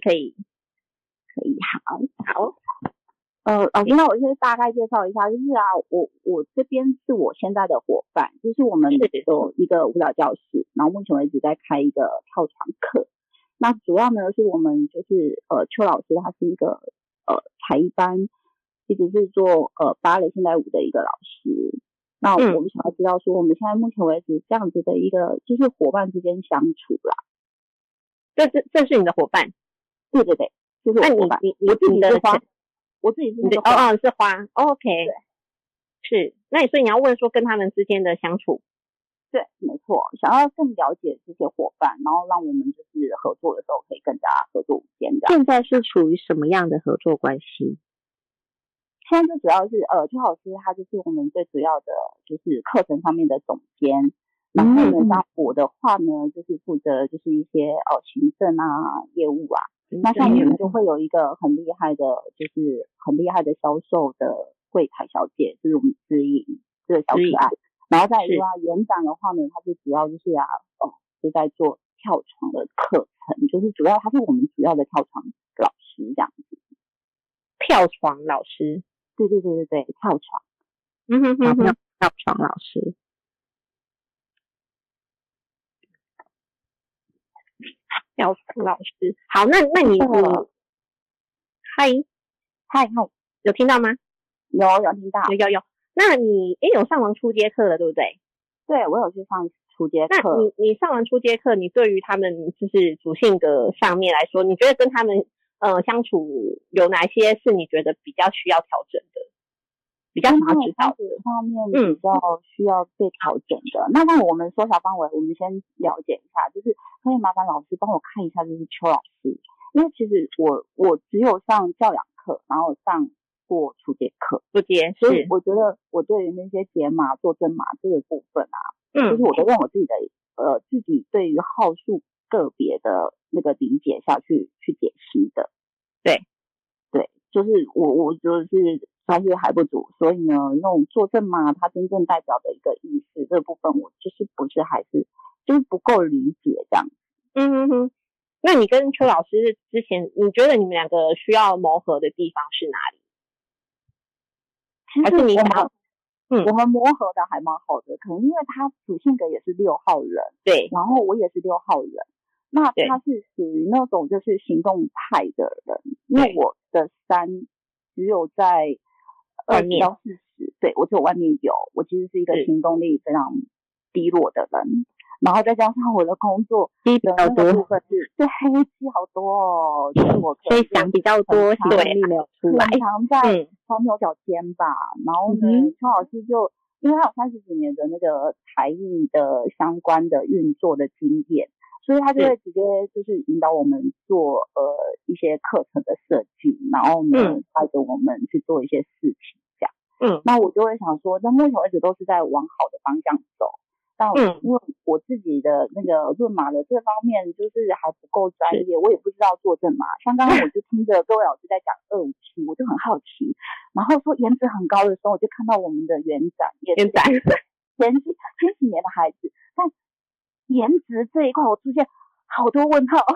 好。老师，那我先大概介绍一下，就是啊，我这边是我现在的伙伴，就是我们有一个舞蹈教室，然后目前为止在开一个跳床课。那主要呢是我们就是邱老师，他是一个才艺班，一直是做芭蕾现代舞的一个老师。那我们想要知道说，我们现在目前为止这样子的一个就是伙伴之间相处啦。 这是你的伙伴？ 对，就是我伙伴。 我自己的花。 我自己是那个花。 是花 ，OK， 对，是。那所以你要问说跟他们之间的相处， 对，没错，想要更了解这些伙伴，然后让我们就是合作的时候可以更加合作无间的。 现在是处于什么样的合作关系？ 现在就主要是邱老师他就是我们最主要的就是课程上面的总监，然后呢，像我的话呢，就是负责就是一些行政啊、业务啊。那像我们就会有一个很厉害的，就是很厉害的销售的柜台小姐，就是我们知颖这个小可爱。然后再一个园长的话呢，他是主要就是就在做跳床的课程，就是主要他是我们主要的跳床老师这样子。 跳床老师， 对，跳床。 跳床老师。 跳床老师，好，那你嗨，有听到吗？ 有听到， 有。那你有上完初阶课了，对不对？ 对，我有去上初阶课。 那你上完初阶课，你对于他们就是主性格上面来说，你觉得跟他们相处有哪些是你觉得比较需要调整的？比较想要知道的方面比较需要被调整的。那我们缩小范围，我们先了解一下，就是可以麻烦老师帮我看一下，就是邱老师，因为其实我只有上教养课，然后上过初阶课，所以我觉得我对于那些解码、做正码这个部分啊，就是我都用我自己的自己对于号数个别的那个理解下去解析的。对，就是我就是还是还不足，所以呢，那种做正码它真正代表的一个意思，这个部分我就是不是还是就是不够理解这样。 那你跟邱老师之前，你觉得你们两个需要磨合的地方是哪里？ 其实我们磨合的还蛮好的，可能因为他主性格也是6号人， 对， 然后我也是6号人，那他是属于那种就是行动派的人，因为我的3只有在20到40，对，我只有外面有，我其实是一个行动力非常低落的人，然后再加上我的工作的那个部分是对黑漆好多哦，就是我可以想比较多，行动力没有出来， 很常在钻牛角尖吧。然后呢，邱老师就因为他有30几年的那个才艺的相关的运作的经验，所以他就会直接就是引导我们做一些课程的设计，然后呢带着我们去做一些事情这样。那我就会想说，那目前为止都是在往好的方向走。但因为我自己的那个论码的这方面就是还不够专业，我也不知道做正码。像刚刚我就听着各位老师在讲257，我就很好奇。然后说颜值很高的时候，我就看到我们的园长也是前几年的孩子，但颜值这一块我出现好多问号。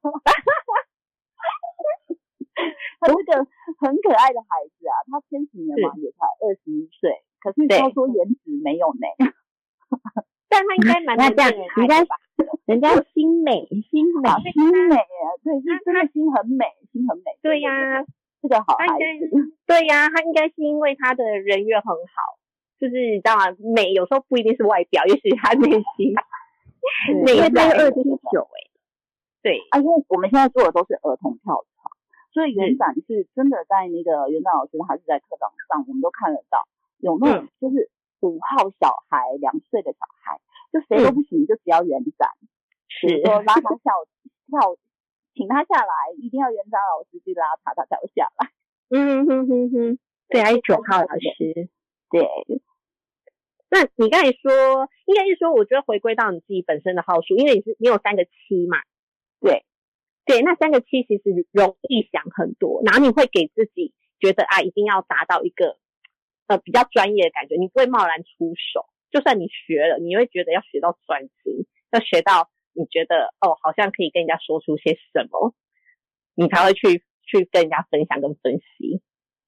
他是个很可爱的孩子啊，他前几年嘛也才21岁，可是他说颜值没有呢。 但他应该蛮这样， 人家心美， 对，是真的心很美。 对呀， 是个好孩子。 对呀，他应该是因为他的人缘很好，就是你知道吗？美有时候不一定是外表，也许他内心。 因为他是279 对， 因为我们现在做的都是儿童跳床，所以园长是真的在那个园长老师，他是在课堂上，我们都看得到有那种就是5号小孩2岁的小孩，就谁都不行，就只要园长，比如说拉他跳，请他下来，一定要园长老师去拉他才会下来。 对，还是9号老师。 对， 那你刚才说，应该是说，我觉得回归到你自己本身的号数，因为你有3个7嘛。对，那3个7其实容易想很多，然后你会给自己觉得一定要达到一个比较专业的感觉，你不会贸然出手。 就算你学了，你会觉得要学到专精，要学到你觉得好像可以跟人家说出些什么，你才会去跟人家分享跟分析。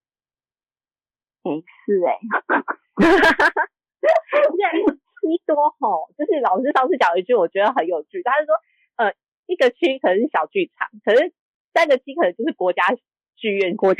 是西多就是老师上次讲一句我觉得很有趣，他是说一个区可能是小剧场，可是3个区可能就是国家剧院对，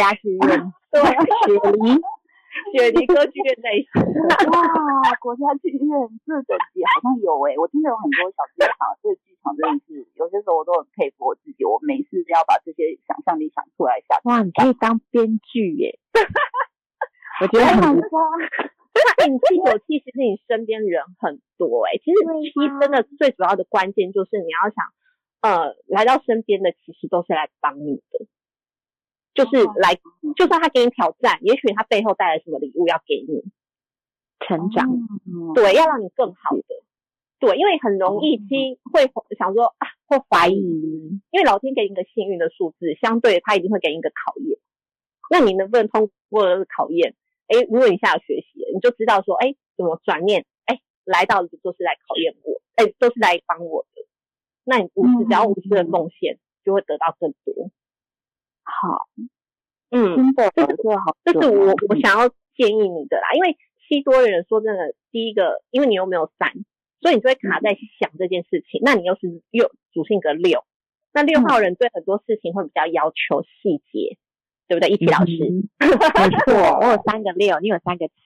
雪梨歌剧院类型。 哇，国家剧院这等级好像有我真的有很多小剧场，这个剧场真的是有些时候我都很佩服我自己，我每次要把这些想象力想出来下。 哇，你可以当编剧耶！我觉得很不错。 你797其实你身边人很多其实7真的最主要的关键就是你要想来到身边的其实都是来帮你的，就是就算他给你挑战，也许他背后带来什么礼物要给你成长， 对，要让你更好的，对，因为很容易会想说会怀疑，因为老天给你一个幸运的数字，相对他一定会给你一个考验，那你能不能通过这个考验？如果你下了学习了，你就知道说怎么转念，来到的就是来考验我，都是来帮我的，那你只要无私的奉献，就会得到更多。 好，真的， 这是我想要建议你的啦，因为7多的人说真的，第一个，因为你又没有3，所以你就会卡在想这件事情，那你又是主性格6，那6号人对很多事情会比较要求细节，对不对？一起老师， 没错，我有3个6，你有3个7。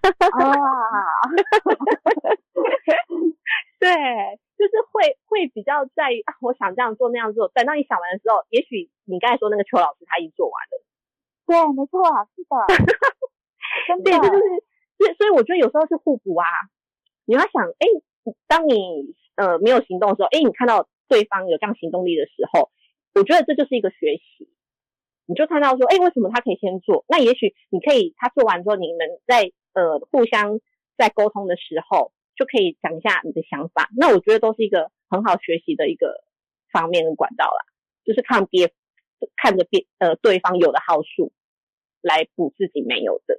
对，就是会比较在意我想这样做那样做，等到你想完的时候，也许你刚才说那个邱老师他已经做完了。 对，没错，是的。真的。 对，所以我觉得有时候是互补啊。你要想，当你没有行动的时候，你看到对方有这样行动力的时候，我觉得这就是一个学习。你就看到说，为什么他可以先做？那也许你可以他做完之后，你们在互相在沟通的时候，就可以讲一下你的想法。那我觉得都是一个很好学习的一个方面跟管道啦，就是看着对方有的号数来补自己没有的。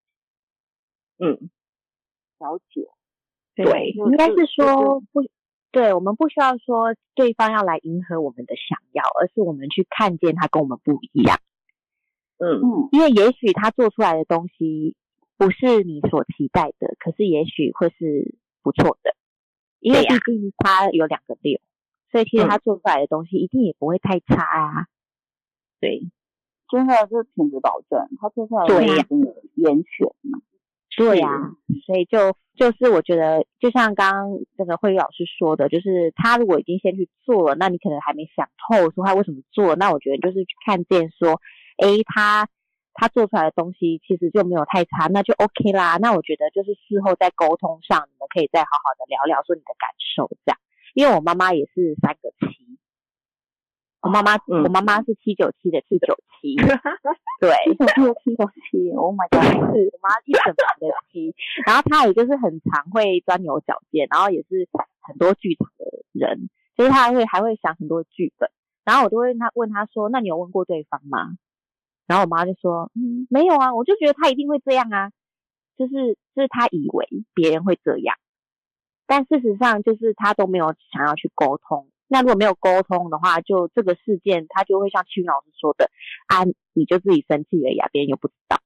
了解。 对，应该是说对，我们不需要说对方要来迎合我们的想要，而是我们去看见他跟我们不一样。因为也许他做出来的东西不是你所期待的，可是也许会是不错的，因为毕竟他有2个6，所以其实他做出来的东西一定也不会太差啊。 对， 真的是品质保证，他做出来的东西真的严选嘛。 对呀，所以就是我觉得，就像刚刚那个慧玉老师说的，就是他如果已经先去做了，那你可能还没想透说他为什么做，那我觉得就是去看见说，他做出来的东西其实就没有太差，那就 OK 啦。那我觉得就是事后在沟通上，你们可以再好好的聊聊说你的感受这样。因为我妈妈也是3个7。我妈妈是797的797，对 ，797 ，Oh my god， 是我妈一整排的7，然后她也就是很常会钻牛角尖，然后也是很多剧场的人，就是她还会想很多剧本，然后我都会问她说，那你有问过对方吗？然后我妈就说，没有啊，我就觉得他一定会这样啊，就是她以为别人会这样，但事实上就是她都没有想要去沟通。那如果没有沟通的话，就这个事件他就会像庆老师说的你就自己生气而已，别人又不知道。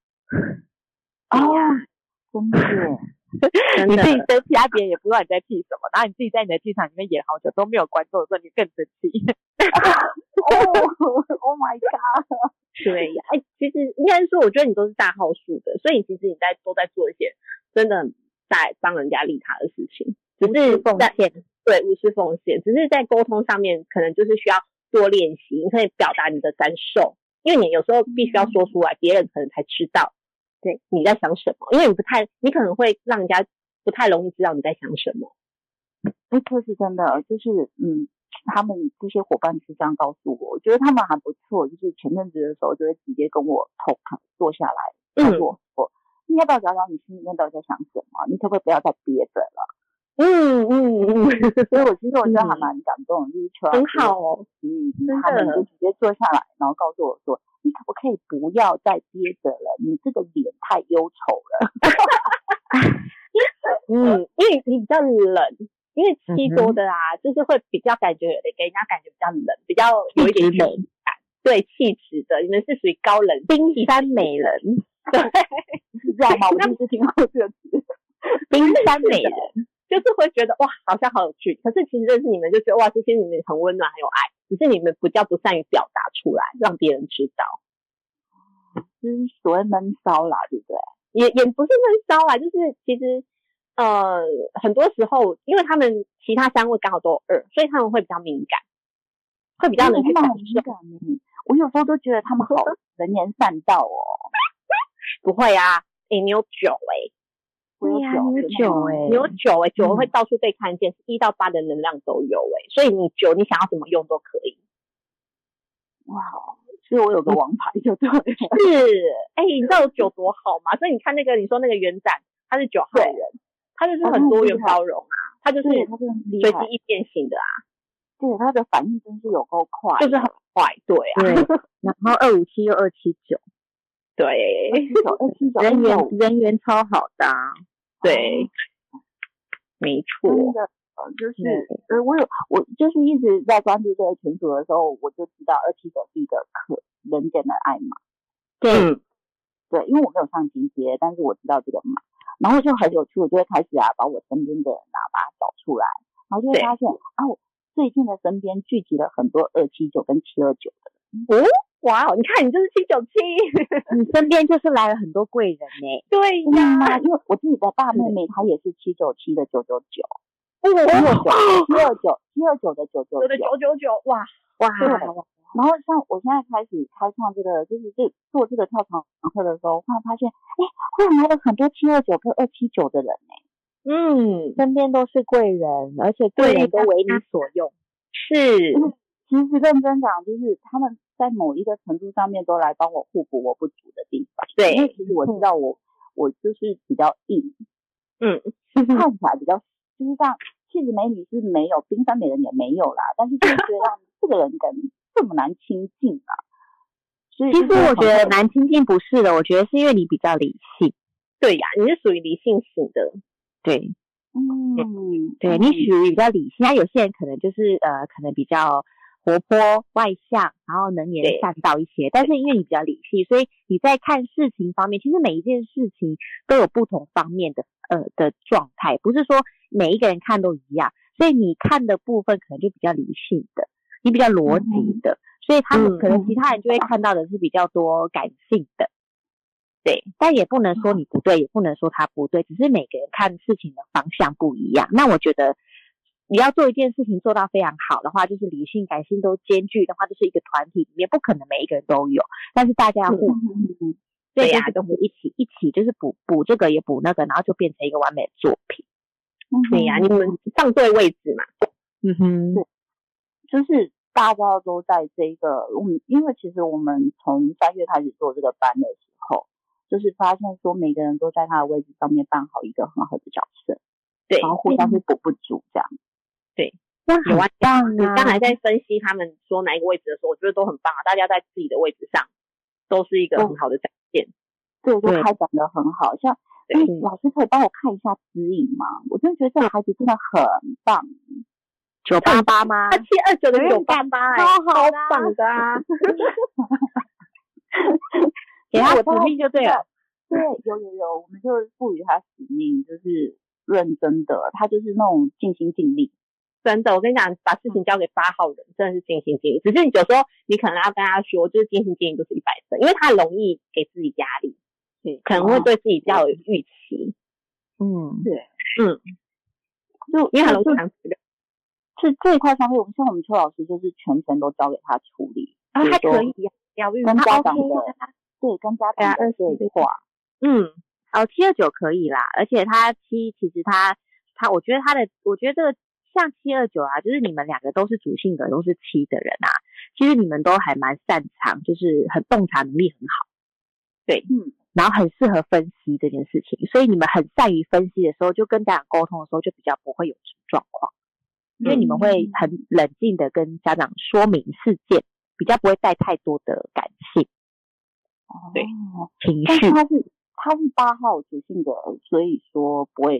真的耶你自己生气别人也不知道你在气什么，然后你自己在你的剧场里面演好久都没有观众的时候，你更生气。 Oh my god。 对呀，其实应该说我觉得你都是大号数的，所以其实你都在做一些真的在帮人家利他的事情，只是奉献。 对，无私奉献，只是在沟通上面可能就是需要多练习，你可以表达你的感受，因为你有时候必须要说出来，别人可能才知道对你在想什么，因为你可能会让人家不太容易知道你在想什么。 这是真的，就是他们这些伙伴是这样告诉我觉得他们还不错，就是前阵子的时候就会直接跟我坐下来告诉我说，你要不要聊聊你心里面到底在想什么，你可不可以不要再憋着了。所以我其实觉得还蛮感动的，就是邱老师很好哦， 他们就直接坐下来，然后告诉我说，你可不可以不要再憋着了，你这个脸太忧愁了。 因为你比较冷，因为7多的就是会比较感觉给人家感觉比较冷，比较有一点美感，对，气质的。你们是属于高冷冰山美人， 对， 是这样吗？我第一次听到这个词， 冰山美人。 就是会觉得哇，好像好有趣。可是其实认识你们就觉得哇，这些你们很温暖，很有爱。只是你们比较不善于表达出来，让别人知道。 就是所谓闷骚啦，对不对？ 也不是闷骚啦，就是其实很多时候，因为他们其他3位刚好都有2，所以他们会比较敏感，会比较能去感受。 我有时候都觉得他们好人言善道哦。 不会啊，你有9 对呀，你有9 你有99会到处被看见，1到8的能量都有所以你9你想要怎么用都可以。 哇，所以我有个王牌就对了。 是，你知道有9多好吗？所以你看那个你说那个元展，他是9号人，他就是很多元包容他就是随机应变型的对，他的反应真是有够快， 就是很快，对。 然后257又279， 对 ，279 人缘超好的对，没错。 就是我就是一直在关注这个群组的时候，我就知道279是一个人间的爱嘛。对，因为我没有上进阶，但是我知道这个嘛，然后就很有趣，我就会开始把我身边的人把它找出来，然后就会发现我最近的身边聚集了很多279跟729的人。 哇，你看你就是797， 你身边就是来了很多贵人对呀，因为我自己的大妹妹她也是797的999。729的999， 哇， 对。然后像我现在开始开创这个，就是做这个跳床课的时候，忽然发现，忽然来了很多729跟279的人身边都是贵人，而且贵人都为你所用。 是， 其实认真讲，就是他们在某一个程度上面都来帮我互补我不足的地方。 对， 因为其实我知道我就是比较硬，看起来比较就是这样。气质美女是没有，冰山美人也没有啦，但是就是觉得让这个人感觉这么难亲近所以其实我觉得难亲近不是的，我觉得是因为你比较理性。 对呀，你是属于理性型的。 对，对，你属于比较理性。有些人可能就是可能比较活泼外向，然后能言善道一些，但是因为你比较理性，所以你在看事情方面，其实每一件事情都有不同方面的状态，不是说每一个人看都一样，所以你看的部分可能就比较理性的，你比较逻辑的，所以他们可能其他人就会看到的是比较多感性的。对，但也不能说你不对，也不能说他不对，只是每个人看事情的方向不一样。那我觉得你要做一件事情做到非常好的话，就是理性感性都兼具的话，就是一个团体里面不可能每一个人都有，但是大家要互补。对呀，都会一起就是补这个也补那个，然后就变成一个完美的作品。 对呀，你们放对位置嘛。 对，就是大家都在这个因为其实我们从3月开始做这个班的时候，就是发现说每个人都在他的位置上面扮好一个很好的角色， 对， 然后互相去补不足这样。 对，有啊，你刚才在分析他们说哪一个位置的时候，我觉得都很棒大家在自己的位置上都是一个很好的展现。 对，就开展得很好。像老师可以帮我看一下指引吗？我真的觉得这个孩子真的很棒。 988吗 ？729的988，超棒的给他使命就对了。 对，有，我们就赋予他使命，就是认真的，他就是那种尽心尽力。 真的，我跟你讲，把事情交给8号人，真的是尽心尽力。只是有时候你可能要跟他说，就是尽心尽力就是100分，因为他容易给自己压力，可能会对自己比较有预期。 对， 就因为很容易想是这一块上面，像我们邱老师就是全权都交给他处理， 他可以疗愈跟家长的，对，跟家长的对话。 729可以啦，而且他其实他我觉得这个像729就是你们2个都是主性格都是7的人其实你们都还蛮擅长，就是很洞察能力很好。对，然后很适合分析这件事情，所以你们很善于分析的时候，就跟家长沟通的时候就比较不会有状况，因为你们会很冷静的跟家长说明事件，比较不会带太多的感性。对，情绪。 他是8号主性格，所以说不会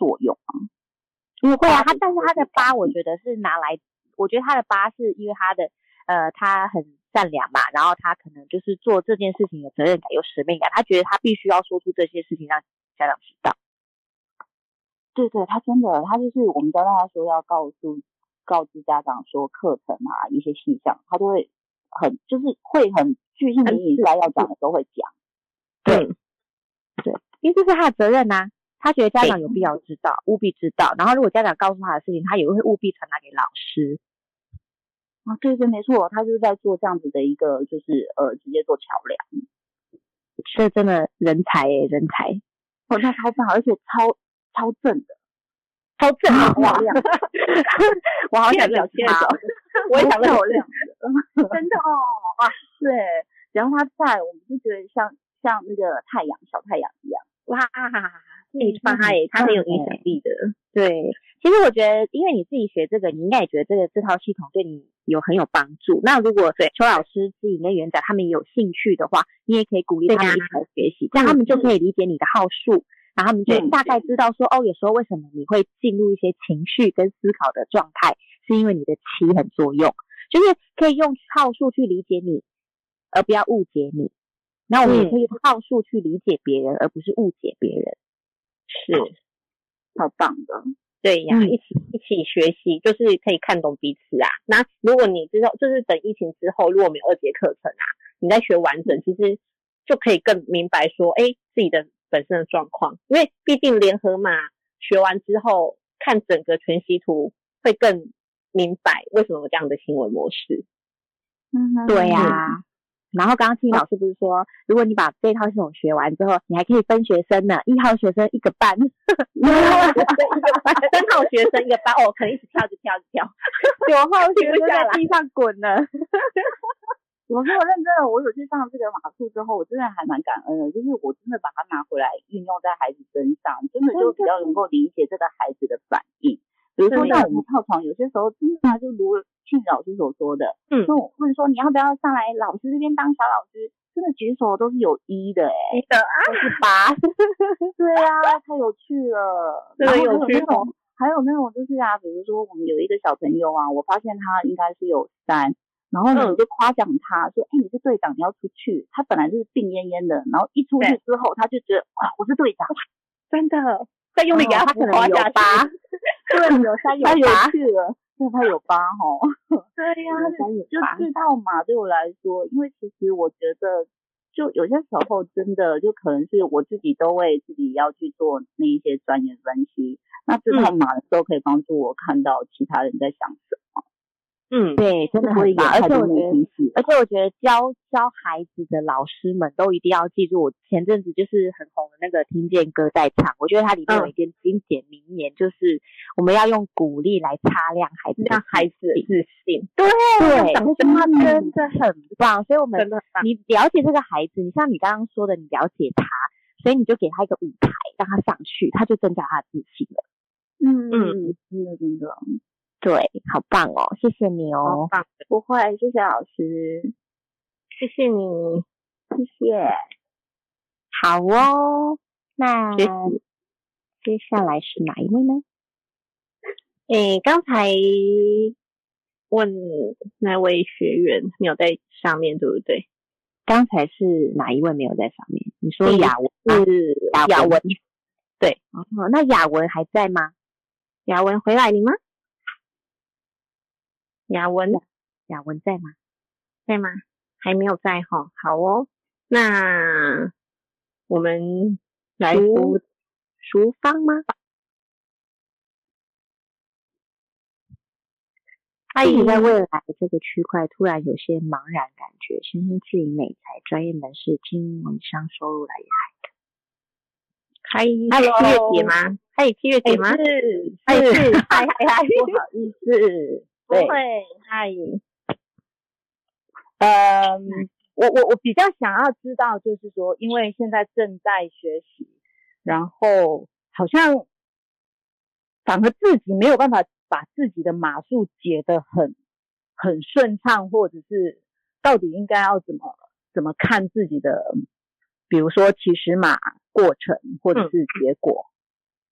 作用啊？ 因为会啊，但是他的疤我觉得是拿来，我觉得他的疤是因为他的他很善良嘛，然后他可能就是做这件事情有责任感有使命感，他觉得他必须要说出这些事情让家长知道。 对对，他真的，他就是我们教他说要告知家长说课程啊一些细项，他都会会很具体你该要讲的都会讲。 对对，因为这是他的责任啊，他觉得家长有必要知道，务必知道，然后如果家长告诉他的事情，他也会务必传达给老师。 啊，对对，没错，他就是在做这样子的一个，就是直接做桥梁。 这真的人才耶，人才！ 哦，那超棒，而且超正的， 超正的哇！我好想表现他， 我也想漂亮的，真的哦，哇，对，然后他在，我们就觉得像那个小太阳一样， 哇，你帮他耶，他很有影响力的。对，其实我觉得，因为你自己学这个，你应该也觉得这套系统对你很有帮助。那如果邱老师自己跟园长他们有兴趣的话，你也可以鼓励他们一起来学习，这样他们就可以理解你的号数，然后他们就大概知道说，有时候为什么你会进入一些情绪跟思考的状态，是因为你的气很作用，就是可以用号数去理解你，而不要误解你。那我们也可以用号数去理解别人，而不是误解别人。 是，好棒的。 对呀，一起学习，就是可以看懂彼此啊。那如果你知道，就是等疫情之后，如果没有2节课程啊，你再学完整，其实就可以更明白说，自己的本身的状况。因为毕竟联合码学完之后，看整个全息图会更明白为什么有这样的行为模式。 对呀。然后刚刚听老师不是说，如果你把这套系统学完之后，你还可以分学生呢，1号学生1个班，2号学生1个班，3号学生1个班，可能一直跳，9号学生在地上滚了。 我说我认真的，我有去上这个马术之后，我真的还蛮感恩的，就是我真的把它拿回来运用在孩子身上，真的就比较能够理解这个孩子的反应。比如说像我们跳床，有些时候真的就如庆老师所说的，就我问说你要不要上来老师这边当小老师，真的举手都是有1的都是8。 对啊，太有趣了， 真的有趣哦。 还有那种就是比如说我们有一个小朋友啊，我发现他应该是有3，然后呢我就夸奖他说，你是队长，你要出去。他本来就是病恹恹的，然后一出去之后，他就觉得哇，我是队长， 真的。再用力给他可能有8， 对，有3有8，有趣了，真的他有8齁。 对呀， 就这套嘛，对我来说，因为其实我觉得，就有些时候真的就可能是我自己都会自己要去做那一些专业分析，那这套码的时候可以帮助我看到其他人在想什么。 对，真的很棒。而且我觉得教孩子的老师们都一定要记住，我前阵子就是很红的那个听见歌在唱，我觉得它里面有一件经典名言，就是我们要用鼓励来擦亮孩子的自信。对，他真的很棒。所以你了解这个孩子，你像你刚刚说的，你了解他，所以你就给他一个舞台让他上去，他就增加他的自信了。 真的对，好棒哦，谢谢你哦。 好棒， 不会，谢谢老师， 谢谢你， 谢谢。 好哦，那接下来是哪一位呢？ 刚才问那位学员没有在上面，对不对？ 刚才是哪一位没有在上面？你说雅文是雅文，对。 那雅文还在吗？ 雅文回来了吗？雅文在吗？ 在吗？还没有在齁。好哦，那我们来淑芳吗？ 自己在未来这个区块突然有些茫然感觉，先生自营美材专业门市经营微商收入来源还7月节吗？还有7月节吗？ 是， 嗨，不好意思， 不会，嗨。 我比较想要知道，就是说，因为现在正在学习，然后好像反而自己没有办法把自己的码数解得很顺畅，或者是到底应该要怎么看自己的，比如说起始码过程或者是结果。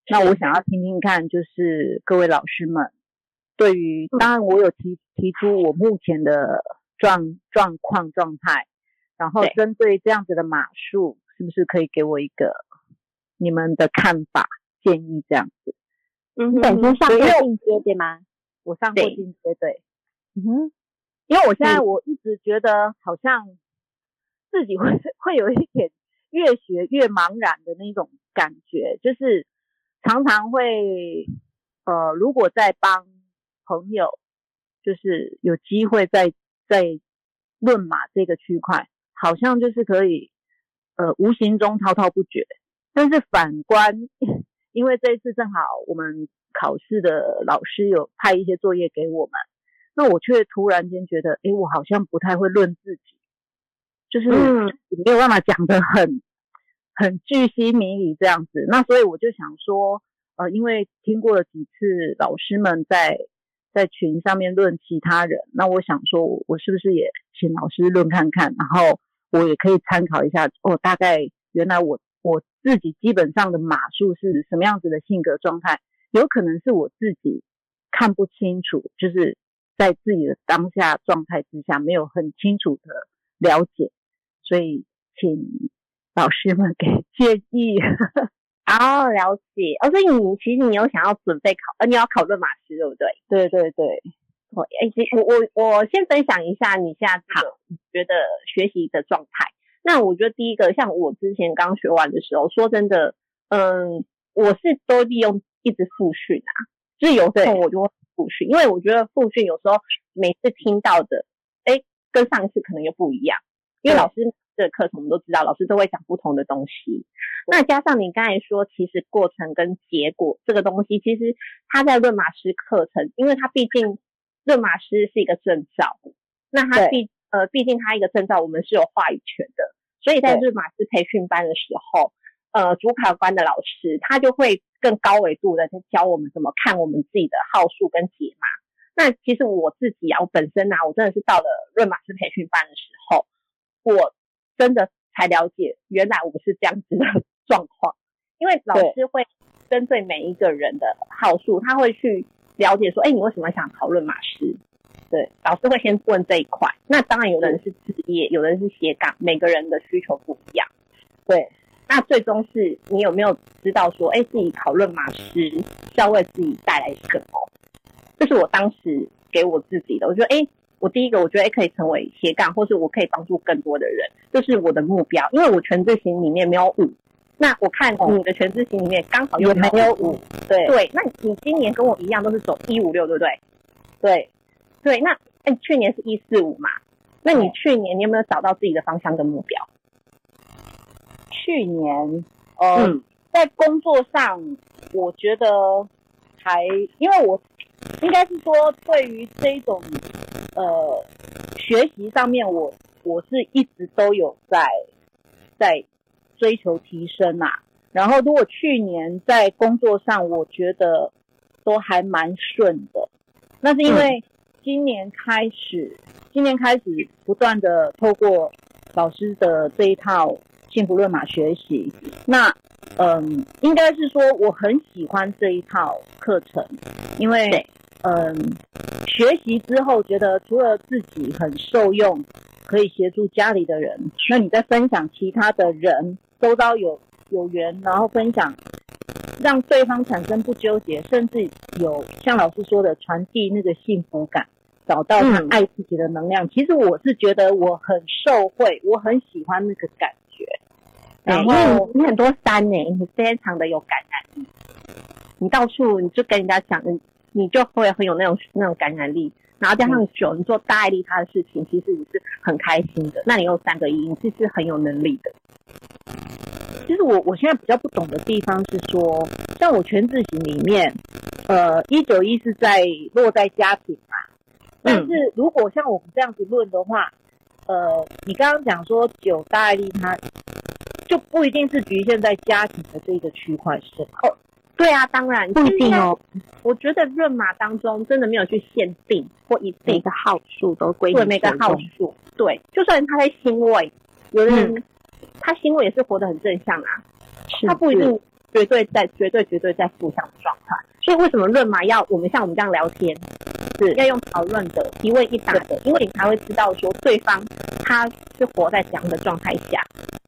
那我想要听听看，就是各位老师们对于，当然我有提出我目前的状态，然后针对这样子的码数，是不是可以给我一个你们的看法建议这样子？ 你本身上过进阶对吗？ 我上过进阶，对。因为我现在我一直觉得好像自己会有一点越学越茫然的那种感觉，就是常常会如果在帮朋友就是有机会在论码这个区块，好像就是可以无形中滔滔不绝，但是反观因为这一次正好我们考试的老师有派一些作业给我们，那我却突然间觉得我好像不太会论自己，就是没有办法讲得很巨细靡遗这样子。那所以我就想说因为听过了几次老师们在群上面论其他人，那我想说我是不是也请老师论看看，然后我也可以参考一下大概原来我自己基本上的码数是什么样子的性格状态，有可能是我自己看不清楚，就是在自己的当下状态之下没有很清楚的了解，所以请老师们给建议。 了解所以其实你有想要准备你要考论码师对不对？ 对对对。 我先分享一下你现在这个觉得学习的状态。那我觉得第一个，像我之前刚学完的时候，说真的我是都利用一直复训就是有空我就会复训，因为我觉得复训有时候每次听到的跟上一次可能又不一样，因为老师这个课程我们都知道老师都会讲不同的东西，那加上你刚才说其实过程跟结果这个东西，其实他在论码师课程，因为他毕竟论码师是一个证照，那他毕竟他一个证照我们是有话语权的，所以在论码师培训班的时候主考官的老师他就会更高维度的教我们怎么看我们自己的号数跟解码。那其实我自己我本身我真的是到了论码师培训班的时候，我真的才了解原来我是这样子的状况，因为老师会针对每一个人的号数，他会去了解说你为什么想考论码师，对，老师会先问这一块。那当然有的人是职业，有的人是斜杠，每个人的需求不一样，对。那最终是你有没有知道说自己考论码师是要为自己带来什么，这是我当时给我自己的。我觉得我第一个我觉得可以成为斜杠，或是我可以帮助更多的人，这是我的目标。因为我全字型里面没有5，那我看你的全字型里面刚好又没有5，对，那你今年跟我一样都是走156对不对？对，那去年是145嘛，那你去年你有没有找到自己的方向跟目标？ 去年在工作上我觉得因为我应该是说对于这一种学习上面我是一直都有在追求提升然后如果去年在工作上我觉得都还蛮顺的，那是因为今年开始不断的透过老师的这一套幸福论码学习，那应该是说我很喜欢这一套课程，因为学习之后觉得除了自己很受用，可以协助家里的人，那你在分享其他的人周遭有缘，然后分享让对方产生不纠结，甚至有像老师说的传递那个幸福感，找到他爱自己的能量。其实我是觉得我很受惠，我很喜欢那个感觉。然后你很多山你非常的有感染力，你到处你就跟人家讲，你就会很有那种感染力，然后加上你做大爱利他的事情，其实你是很开心的。那你有3个1，你其实很有能力的。 其实我现在比较不懂的地方是说，像我全字型里面191是落在家庭嘛，但是如果像我们这样子论的话，你刚刚讲说9大爱利他就不一定是局限在家庭的这个区块是吗？ 对啊，当然不一定我觉得论码当中真的没有去限定或一定每个号数都归对每个号数，对，就算他在欣慰，有的人他欣慰也是活得很正向他不一定绝对在负向的状态。 所以为什么论码要我们像我们这样聊天， 是要用讨论的、一问一答的，因为你才会知道说对方他是活在怎样的状态下。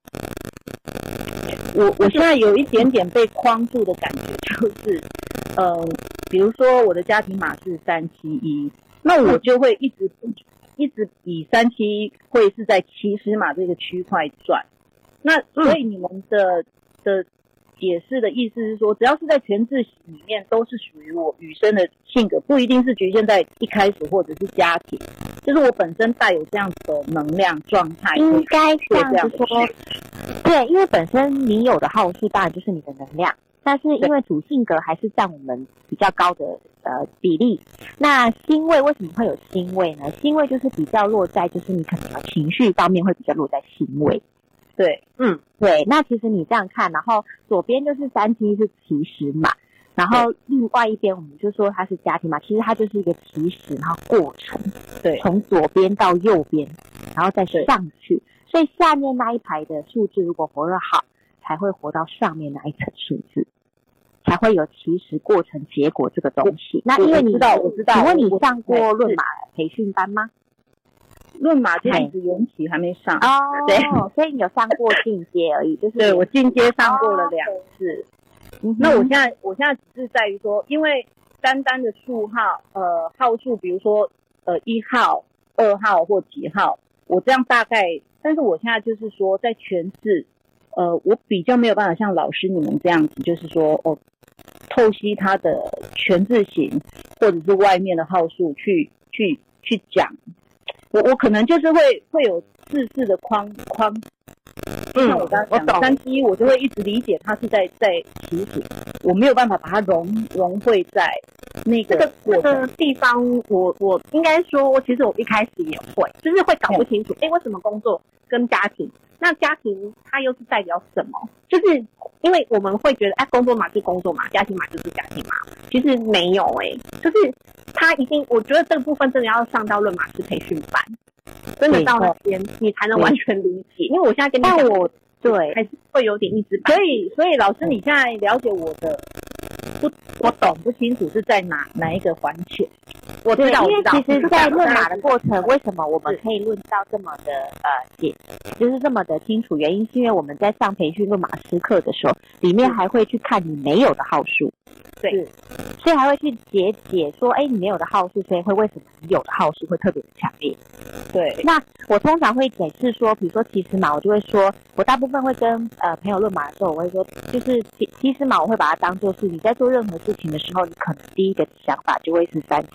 我现在有一点点被框住的感觉，就是比如说我的家庭码是371，那我就会一直以371会是在起始码这个区块转。那所以你们的解释的意思是说，只要是在全字型里面都是属于我与生的性格，不一定是局限在一开始或者是家庭，就是我本身带有这样子的能量状态。 应该这样子说，对，因为本身你有的号数当然就是你的能量，但是因为主性格还是占我们比较高的比例。那星位为什么会有星位呢？星位就是比较落在就是你可能情绪方面会比较落在星位。 对， 对，那其实你这样看，然后左边就是371是起始码，然后另外一边我们就说它是家庭码，其实它就是一个起始，然后过程， 对， 从左边到右边，然后再上去，所以下面那一排的数字如果活得好，才会活到上面那一层数字，才会有起始、过程、结果这个东西。那因为你我知道， 请问你上过论码培训班吗？ 论码电子缘起还没上哦， 对， 所以你有上过进阶而已，就是对我进阶上过了2次。那我现在只是在于说，因为单的数号号数，比如说1号、2号或几号，我这样大概，但是我现在就是说在全字我比较没有办法像老师你们这样子，就是说透析它的全字型或者是外面的号数去讲。我可能就是会有字的框，像我刚刚讲371，我就会一直理解它是在起始，我没有办法把它融汇在那个地方。我应该说，其实我一开始也会，就是会搞不清楚，为什么工作跟家庭，那家庭它又是代表什么？就是因为我们会觉得，工作码是工作码，家庭码就是家庭码，其实没有就是他一定，我觉得这个部分真的要上到论码师培训班，真的到那边你才能完全理解。因为我现在跟你讲， 对还是会有点一知半解。 所以老师，你现在了解我的我懂不清楚是在哪一个环节？ 我知道， 因为其实在论码的过程，为什么我们可以论到这么的就是这么的清楚？原因是因为我们在上培训论码师课的时候，里面还会去看你没有的号数。 对， 所以还会去解说，你没有的号数，所以会为什么你有的号数会特别的强烈？ 对， 那我通常会解释说，比如说起始码，我就会说，我大部分会跟朋友论码的时候，我会说，就是起始码，我会把它当做是你在做任何事情的时候，你可能第一个想法就会是371。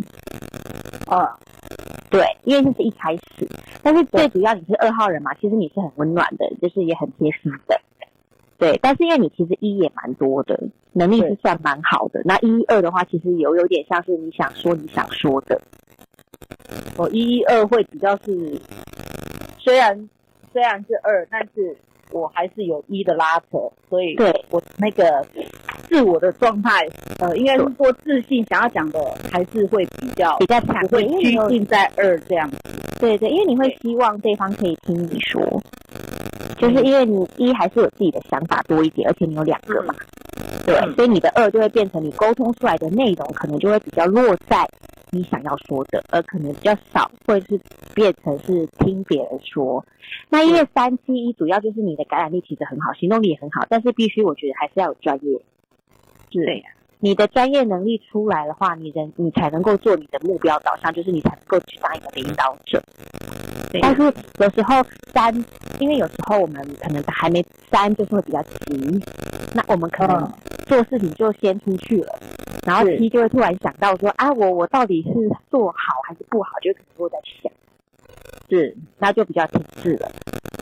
对，因为这是一开始，但是最主要你是2号人嘛，其实你是很温暖的，就是也很贴心的。对，但是因为你其实1也蛮多的，能力是算蛮好的。那1、2的话，其实有点像是你想说的。 1、2会比较是，虽然是2，但是我还是有1的拉扯，所以对我那个自我的状态，应该是说自信，想要讲的还是会比较强， 不会拘禁在2这样子。 对，因为你会希望对方可以听你说。就是因为你1还是有自己的想法多一点，而且你有2个嘛，对，所以你的2就会变成你沟通出来的内容可能就会比较落在你想要说的，而可能比较少会是变成是听别人说。那因为371主要就是你的感染力其实很好，行动力也很好，但是必须我觉得还是要有专业。 对， 你的专业能力出来的话，你才能够做你的目标导向，就是你才能够去当一个领导者。但是有时候因为有时候我们可能还没3就是会比较急，那我们可能做事情就先出去了，然后7就会突然想到说我到底是做好还是不好，就可能会在想，那就比较停滞了。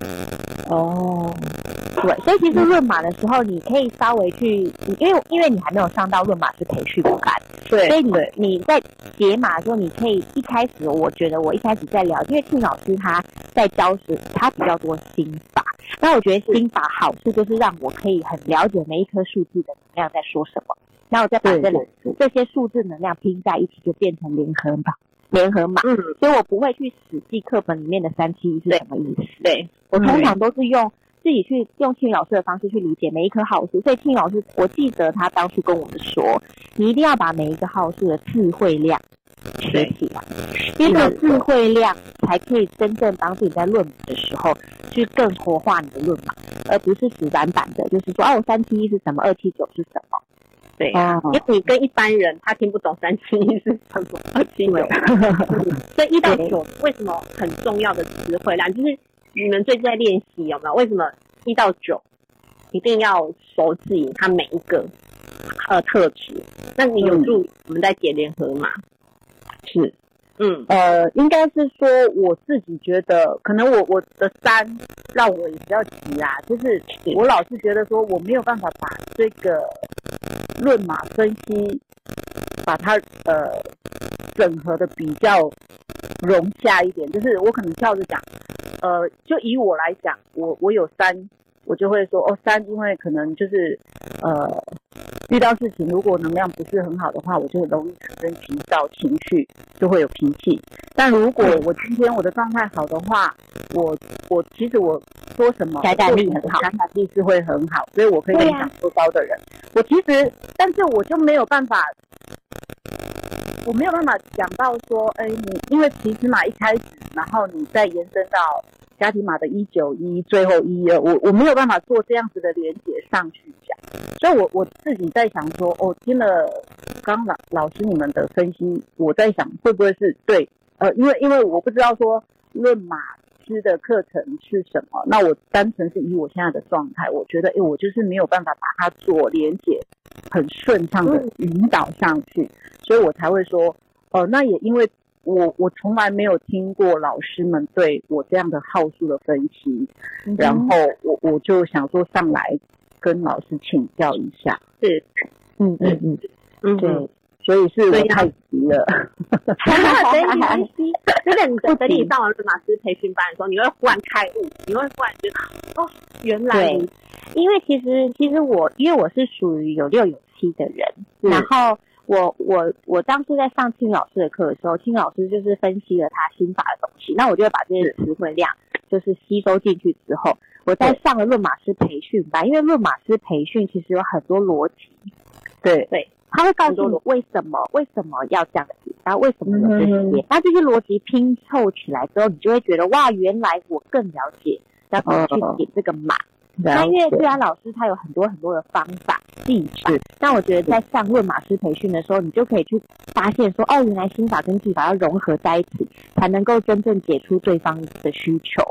对，所以其实论码的时候，你可以稍微去，因为你还没有上到论码师培训班， 对， 所以你在解码的时候，你可以一开始，我觉得我一开始在聊，因为庆老师他在教时，他比较多心法，那我觉得心法好处就是让我可以很了解每一颗数字的能量在说什么，然后我再把这些数字能量拼在一起，就变成联合码。所以我不会去死记课本里面的371是什么意思。 对， 我通常都是用自己去用庆宇老师的方式去理解每一棵号数。所以庆宇老师，我记得他当初跟我们说，你一定要把每一个号数的智慧量学起来，因为这个智慧量才可以真正帮助你在论码的时候去更活化你的论码，而不是死板板的，就是说我371是什么，279是什么。 对啊，因为你跟一般人他听不懂371是什么，279。所以1到9为什么很重要的词汇量，就是你们最近在练习有没有？为什么1到9一定要熟记它每一个特质？那你有助于我们在解联合码？ 是，应该是说我自己觉得，可能我的3让我也比较急啦，就是我老是觉得说我没有办法把这个论码分析，把它整合的比较融洽一点，就是我可能跳着讲，就以我来讲，我有3，我就会说3，因为可能就是遇到事情如果能量不是很好的话，我就容易产生急躁情绪，就会有脾气。但如果我今天我的状态好的话，我其实我说什么感染力很好， 感染力是会很好，所以我可以影响多高的人。我其实，但是我就没有办法讲到说，你因为其实嘛一开始，然后你再延伸到家庭码的191，最后112，我没有办法做这样子的连结上去讲，所以我自己在想说，听了刚老师你们的分析，我在想会不会是对，因为我不知道说论码师的课程是什么，那我单纯是以我现在的状态，我觉得我就是没有办法把它做连结很顺畅的引导上去，所以我才会说，那也因为我从来没有听过老师们对我这样的号数的分析，然后我就想说上来跟老师请教一下。 是， 对，所以是我太急了。 所以没关系，就是你等你上完论码师培训班的时候，你会忽然开悟，你会忽然觉得原来对，因为其实因为我是属于有6有7的人，然后我当初在上庆老师的课的时候，庆老师就是分析了他心法的东西，那我就会把这些词汇量就是吸收进去之后，我在上了论码师培训班，因为论码师培训其实有很多逻辑， 对， 他会告诉你为什么要这样子，然后为什么有这些，那这些逻辑拼凑起来之后，你就会觉得哇，原来我更了解要怎么去解这个码。那因为虽然老师他有很多很多的方法技法，但我觉得在上论码师培训的时候，你就可以去发现说，原来心法跟技法要融合在一起，才能够真正解出对方的需求。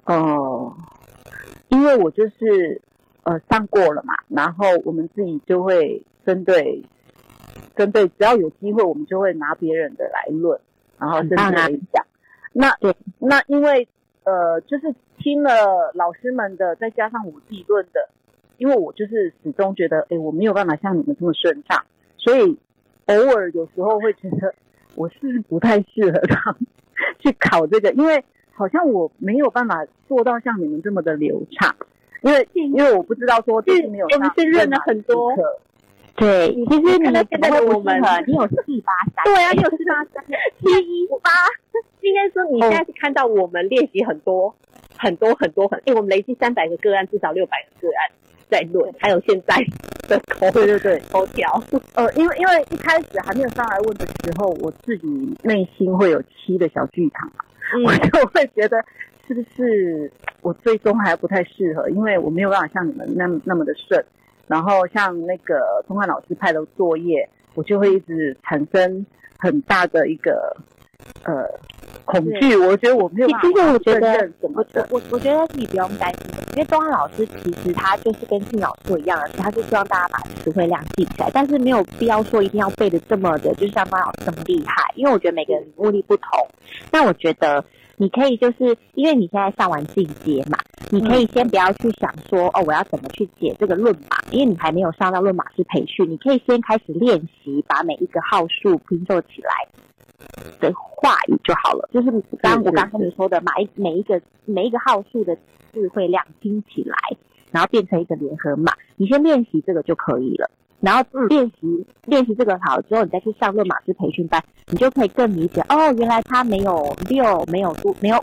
因为我就是上过了嘛，然后我们自己就会针对只要有机会，我们就会拿别人的来论，然后甚至来讲。那因为就是听了老师们的，再加上我自己论的，因为我就是始终觉得，我没有办法像你们这么顺畅，所以偶尔有时候会觉得我是不太适合去考这个，因为好像我没有办法做到像你们这么的流畅，因为我不知道说就是没有上， 我们是认了很多。 对，其实你现在的我们， 你有483， 对啊，你有483，718，应该说你现在是看到我们练习很多，我们累计300个个案，至少600个个案在论，还有现在的头条。 因为一开始还没有上来问的时候，我自己内心会有7的小剧场，我就会觉得是不是我最终还不太适合，因为我没有办法像你们那么的顺。然后像那个钟汉老师派的作业，我就会一直产生很大的一个恐惧，我觉得我没有办法。 其实我觉得我觉得你不用担心，因为钟汉老师其实他就是跟庆老师一样的，他就希望大家把词汇量记起来，但是没有必要说一定要背的这么的，就像钟老师这么厉害，因为我觉得每个人领悟力不同。那我觉得你可以就是因为你现在上完进阶嘛，你可以先不要去想说我要怎么去解这个论码，因为你还没有上到论码师培训，你可以先开始练习把每一个号数拼凑起来的话语就好了，就是我刚跟你说的每一个号数的智慧量拼起来，然后变成一个联合码，你先练习这个就可以了。 然后练习这个好之后，你再去上论马师培训班，你就可以更理解哦，原来他没有6，没有5，没有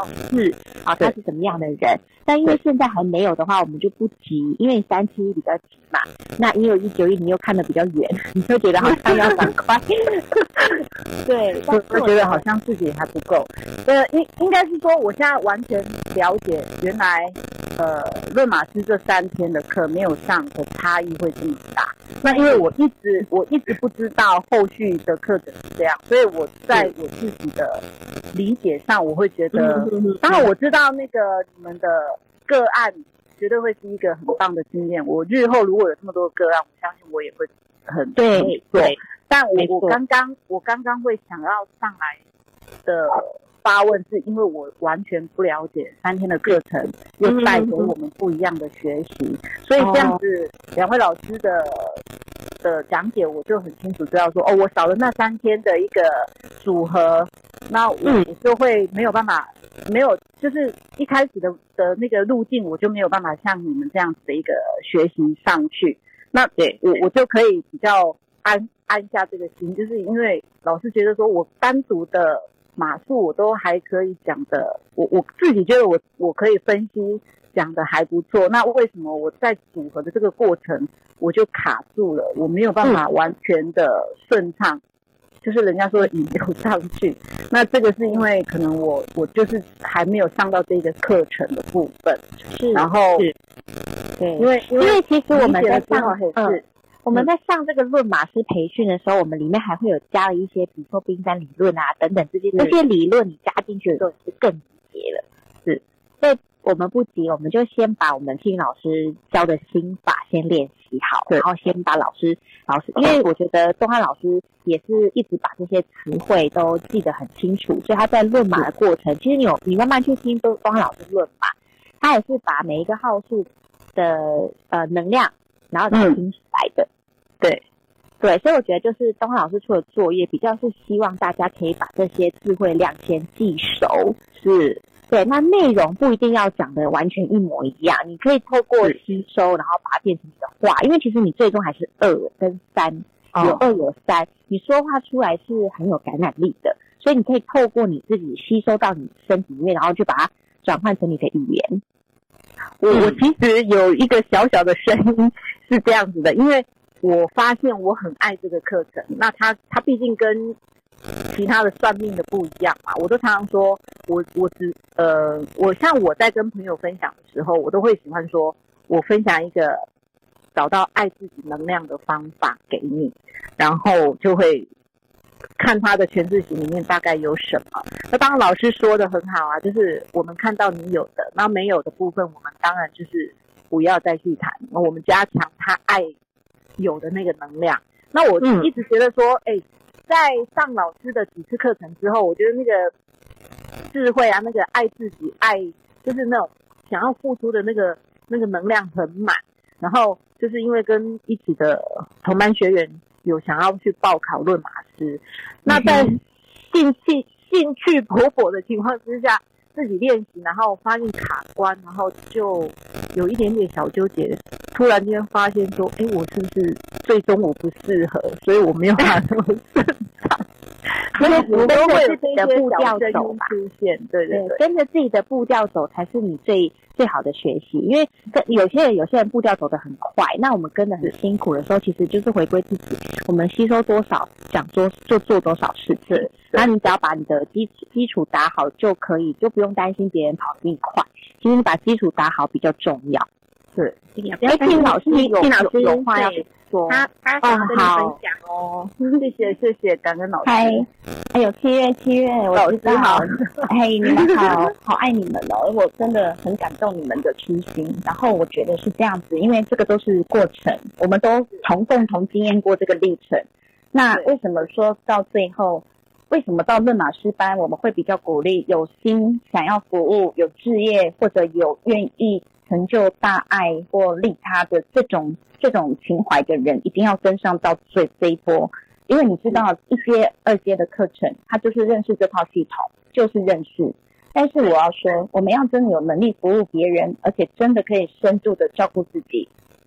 4，啊，他是什么样的人。但因为现在还没有的话，我们就不急，因为371比较急嘛。那191你又看得比较远，你就觉得好像要赶快。对， 我觉得好像自己还不够。应该是说，我现在完全了解，原来论马师这3天的课没有上的差异会这么大。那因为我一直不知道后续的课程是这样，所以我在我自己的理解上，我会觉得，当然我知道那个你们的个案绝对会是一个很棒的经验。我日后如果有这么多个案，我相信我也会很对。 但我刚刚会想要上来的发问，是因为我完全不了解3天的课程，又带给我们不一样的学习，所以这样子2位老师的讲解，我就很清楚知道说，我少了那3天的一个组合，那我就会没有办法，就是一开始的那个路径，我就没有办法像你们这样子的一个学习上去。那我就可以比较安下这个心，就是因为老师觉得说我单独的马术我都还可以讲的，我自己觉得我可以分析讲的还不错，那为什么我在组合的这个过程我就卡住了，我没有办法完全的顺畅，就是人家说引流上去。那这个是因为可能我就是还没有上到这个课程的部分，然后对， 因为其实我们在上我们在上这个论马师培训的时候，我们里面还会有加了一些，比如说冰山理论啊等等这些理论，你加进去的时候是更理解了。是，所以我们不急，我们就先把我们幸运老师教的心法先练习好，然后先把老师，因为我觉得东汉老师也是一直把这些词汇都记得很清楚，所以他在论马的过程，其实你慢慢去听东汉老师论马，他也是把每一个号数的能量，然后再听出来的。对，所以我觉得就是东汉老师出的作业比较是希望大家可以把这些智慧量先记熟，对，那内容不一定要讲的完全一模一样，你可以透过吸收，然后把它变成你的话，因为其实你最终还是2跟3，有2有3，你说话出来是很有感染力的，所以你可以透过你自己吸收到你身体里面，然后就把它转换成你的语言。 我其实有一个小小的声音是这样子的，因为我发现我很爱这个课程，那它毕竟跟其他的算命的不一样嘛，我都常常说我像我在跟朋友分享的时候，我都会喜欢说我分享一个找到爱自己能量的方法给你，然后就会看他的全字形里面大概有什么。那当然老师说的很好啊，就是我们看到你有的，那没有的部分我们当然就是不要再去谈，我们加强他爱有的那个能量。那我一直觉得说在上老师的几次课程之后，我觉得那个智慧啊，那个爱自己，爱就是那种想要付出的那个能量很满。然后就是因为跟一起的同班学员有想要去报考论马师，那在兴趣勃勃的情况之下，自己练习，然后发现卡关，然后就有一点点小纠结，突然间发现说，我是不是最终我不适合，所以我没有办法那么顺畅。所以我都会有自己的步调走吧，出现，对， 跟着自己的步调走才是你最好的学习。因为有些人步调走得很快，那我们跟得很辛苦的时候，其实就是回归自己，我们吸收多少，想做就做多少事情。那你只要把你的基础打好就可以，就不用担心别人跑得比你快。其实你把基础打好比较重要。是，听老师有话要说， 他想跟你分享哦。 谢谢，感恩老师。 还有七月，我知道。你们好，好爱你们哦！我真的很感动你们的初心。然后我觉得是这样子，因为这个都是过程，我们都共同经验过这个历程。那为什么说到最后？为什么到论马师班我们会比较鼓励有心想要服务、有志业或者有愿意成就大爱或利他的这种情怀的人，一定要跟上到这一波。因为你知道一阶、2阶的课程，它就是认识这套系统，就是认识。但是我要说，我们要真的有能力服务别人，而且真的可以深度的照顾自己，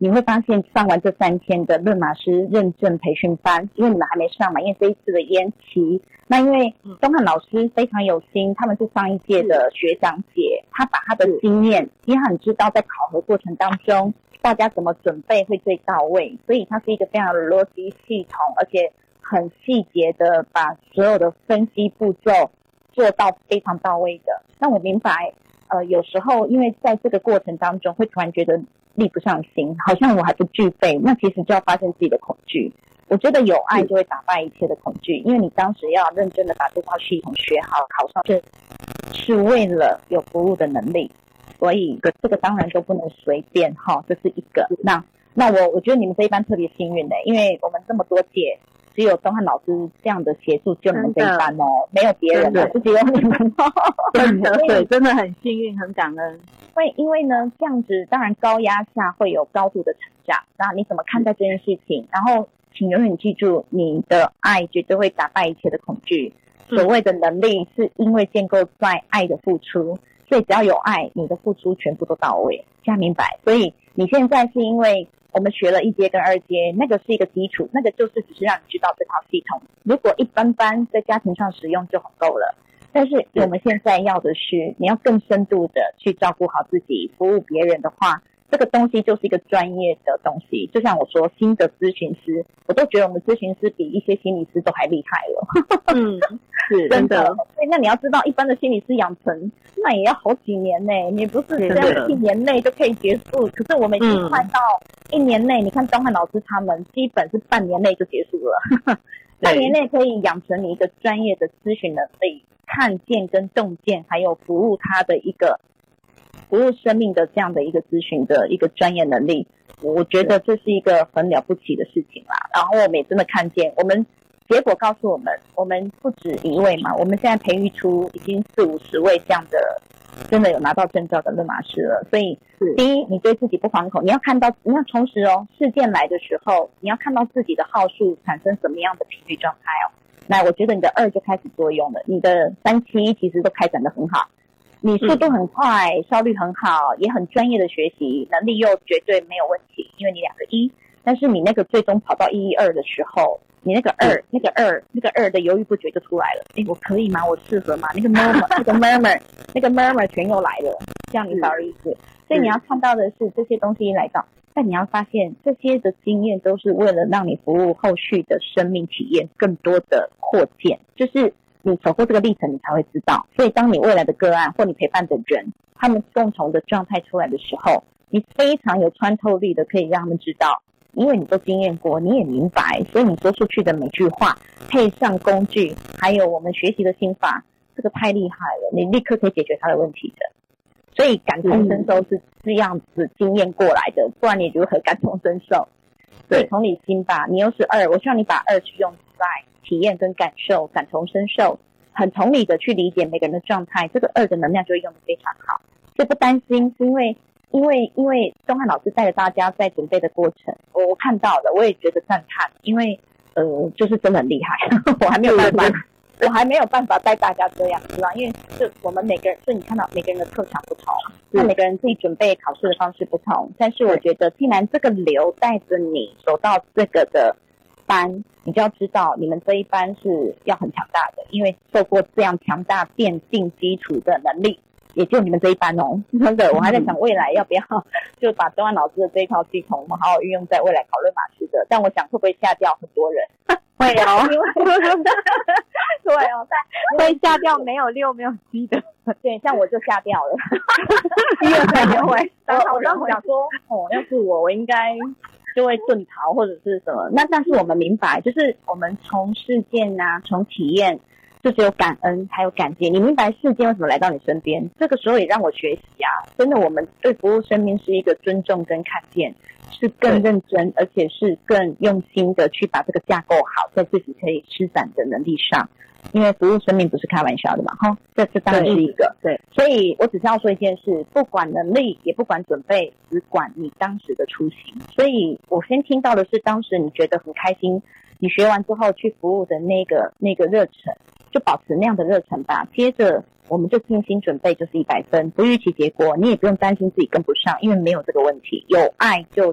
你会发现上完这3天的论马师认证培训班，因为你们还没上嘛，因为这一次的延期。那因为钟汉老师非常有心，他们是上一届的学长姐，他把他的经验，因为他很知道在考核过程当中大家怎么准备会最到位，所以他是一个非常逻辑系统，而且很细节的把所有的分析步骤做到非常到位的。那我明白有时候因为在这个过程当中会突然觉得力不上心，好像我还不具备，那其实就要发现自己的恐惧。我觉得有爱就会打败一切的恐惧，因为你当时要认真的把这套系统学好，考上这是为了有服务的能力，所以这个当然都不能随便哈，这是一个。那我觉得你们这一班特别幸运的，因为我们这么多届只有钟汉老师这样的协助，就你们这一班哦，没有别人了，就只有你们哦。 真的，对，真的很幸运，很感恩。 因为呢，这样子当然高压下会有高度的成长。那你怎么看待这件事情？然后请永远记住，你的爱绝对会打败一切的恐惧。所谓的能力是因为建构在爱的付出，所以只要有爱，你的付出全部都到位。这样明白？所以你现在是因为我们学了1阶跟2阶，那个是一个基础，那个就是只是让你知道这套系统。如果一般般在家庭上使用就很够了。但是我们现在要的是，你要更深度的去照顾好自己，服务别人的话，这个东西就是一个专业的东西。就像我说，新的咨询师，我都觉得我们咨询师比一些心理师都还厉害了。是真的。所以那你要知道，一般的心理师养成那也要好几年呢，你不是这样1年内就可以结束。可是我们已经快到1年内，你看钟汉老师他们基本是半年内就结束了。半年内可以养成你一个专业的咨询能力，看见跟洞见，还有服务他的一个服务生命的这样的一个咨询的一个专业能力，我觉得这是一个很了不起的事情啦。然后我们也真的看见，我们结果告诉我们，我们不止1位嘛，我们现在培育出已经40-50位这样的真的有拿到证照的论马师了。所以第一，你对自己不惶恐，你要看到，你要同时事件来的时候，你要看到自己的号数产生什么样的频率状态那我觉得你的2就开始作用了，你的3、7其实都开展得很好，你速度很快，效率很好，也很专业的学习能力又绝对没有问题，因为你2个1，但是你那个最终跑到112的时候，你那个2的犹豫不决就出来了。我可以吗？我适合吗？那个 murmur 全又来了，这样你找意思。所以你要看到的是这些东西来到，但你要发现这些的经验都是为了让你服务后续的生命体验更多的扩建，就是你走过这个历程你才会知道。所以当你未来的个案或你陪伴的人，他们共同的状态出来的时候，你非常有穿透力的可以让他们知道，因为你都经验过，你也明白，所以你说出去的每句话配上工具还有我们学习的心法，这个太厉害了，你立刻可以解决他的问题的。所以感同身受是这样子经验过来的，不然你如何感同身受？对，同理心吧，你又是2，我希望你把2去用在体验跟感受，感同身受，很同理的去理解每个人的状态，这个2的能量就会用得非常好。所以不担心，是因为钟汉老师带着大家在准备的过程，我看到了，我也觉得赞叹，因为就是真的很厉害。我还没有办法带大家这样，是吧？因为就我们每个人，所以你看到每个人的特长不同，那每个人自己准备考试的方式不同，但是我觉得既然这个流带着你走到这个的班，你就要知道你们这一班是要很强大的，因为受过这样强大奠定基础的能力也就你们这一班真的。我还在想未来要不要就把钟汉老师的这一套系统我们好好运用在未来考论马师的，但我想会不会吓掉很多人？会对会吓掉没有6没有7的。 对，像我就吓掉了。1、2、3就会。我当时想说要是我应该就会遁逃或者是什么。那但是我们明白，就是我们从事件从体验就只有感恩还有感激。你明白事件为什么来到你身边，这个时候也让我学习真的我们对服务生命是一个尊重跟看见，是更认真而且是更用心的去把这个架构好在自己可以施展的能力上，因为服务生命不是开玩笑的嘛这当然是一个对。所以我只是要说一件事，不管能力也不管准备，只管你当时的初心。所以我先听到的是当时你觉得很开心，你学完之后去服务的那个热忱，就保持那样的热忱吧。接着我们就精心准备，就是100分，不预期结果，你也不用担心自己跟不上，因为没有这个问题。有爱就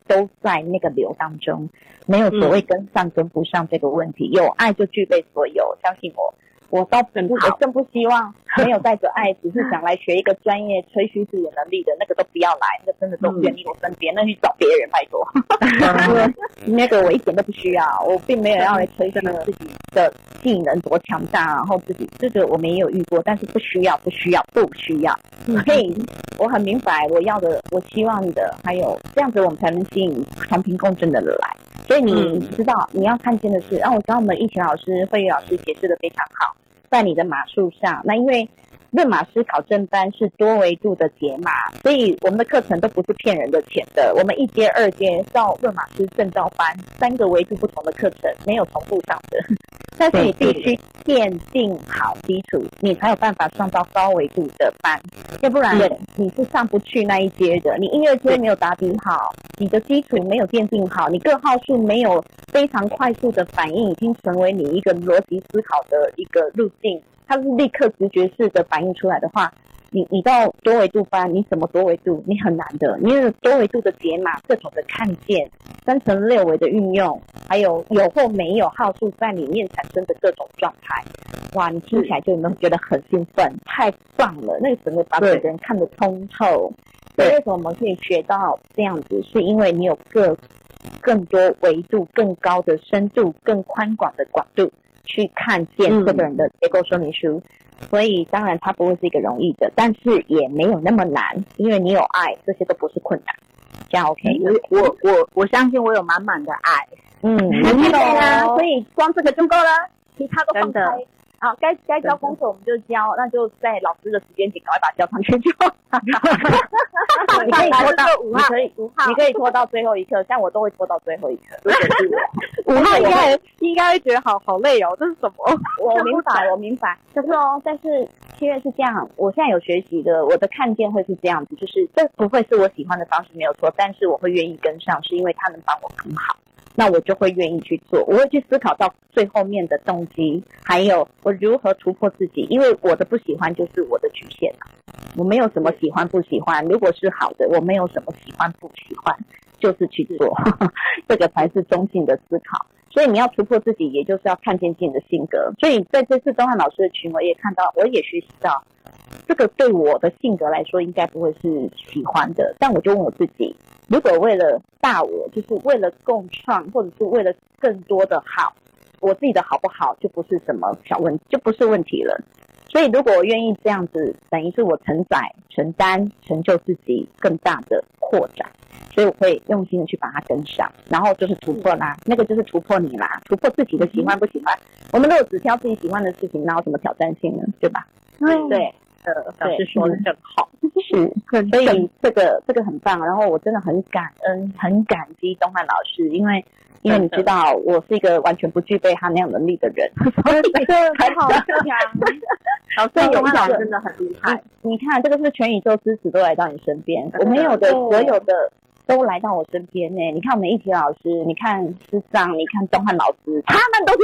都在那个流当中，没有所谓跟上跟不上这个问题，有爱就具备所有，相信我更不希望没有带着爱，只是想来学一个专业吹嘘自己的能力的那个都不要来，那个真的都远离我身边，那去找别人拜托。那个我一点都不需要，我并没有要来吹嘘自己的技能多强大，然后自己这个我们也有遇过，但是不需要。所以我很明白我要的，我希望的，还有这样子我们才能吸引同频共振的人来。所以你知道你要看见的是，我刚刚我们一群老师、慧宇老师解释的非常好，在你的码数上，那因为论码师考证班是多维度的解码，所以我们的课程都不是骗人的钱的。我们1阶、2阶到论码师证照班3个维度不同的课程，没有重复上的。但是你必须奠定好基础，你才有办法上到高维度的班，要不然你是上不去那一阶的。你1、2阶没有打底好，你的基础没有奠定好，你各号数没有非常快速的反应，已经成为你一个逻辑思考的一个路径，它是立刻直觉式的反应出来的话，你到多维度班，你什么多维度你很难的，你有多维度的解码，各种的看见，3乘6维的运用，还有或没有号数在里面产生的各种状态，哇，你听起来就有没有觉得很兴奋？太棒了，那个整个把每个人看得通透。所以为什么我们可以学到这样子，是因为你有更多维度、更高的深度、更宽广的广度去看见这个人的结构说明书。所以当然它不会是一个容易的，但是也没有那么难，因为你有爱，这些都不是困难。这样 OK？ 我相信我有满满的爱， 对啊，所以光这个就够了，其他都放开。好，该交功课我们就交，那就在老师的时间点赶快把它交上去就好。你可以拖到5号，你可以拖到最后一刻，像我都会拖到最后一刻。如果是我 5号应该会觉得好累哦，这是什么？ 我明白。可是但是7月是这样，我现在有学习的，我的看见会是这样子，就是这不会是我喜欢的方式没有错，但是我会愿意跟上，是因为他能帮我更好。那我就会愿意去做，我会去思考到最后面的动机，还有我如何突破自己，因为我的不喜欢就是我的局限我没有什么喜欢不喜欢，如果是好的，我没有什么喜欢不喜欢，就是去做这个才是中性的思考。所以你要突破自己，也就是要看见自己的性格。所以在这次东汉老师的群，我也看到，我也学习到这个对我的性格来说应该不会是喜欢的，但我就问我自己，如果为了大我，就是为了共创，或者是为了更多的好，我自己的好不好就不是什么小问题，就不是问题了。所以如果我愿意这样子，等于是我承载、承担、成就自己更大的扩展，所以我会用心的去把它跟上，然后就是突破啦，那个就是突破你啦，突破自己的喜欢不喜欢。我们如果只挑自己喜欢的事情，哪有什么挑战性呢？对吧？对。老师说的正好，是，所以这个很棒，然后我真的很感恩，很感激东汉老师，因为你知道我是一个完全不具备他那样能力的人，所以很好强。老师东汉老师真的很厉害，你看这个是全宇宙支持都来到你身边，我没有的所有的都来到我身边呢。你看我们一体老师，你看师长，你看东汉老师，他们都是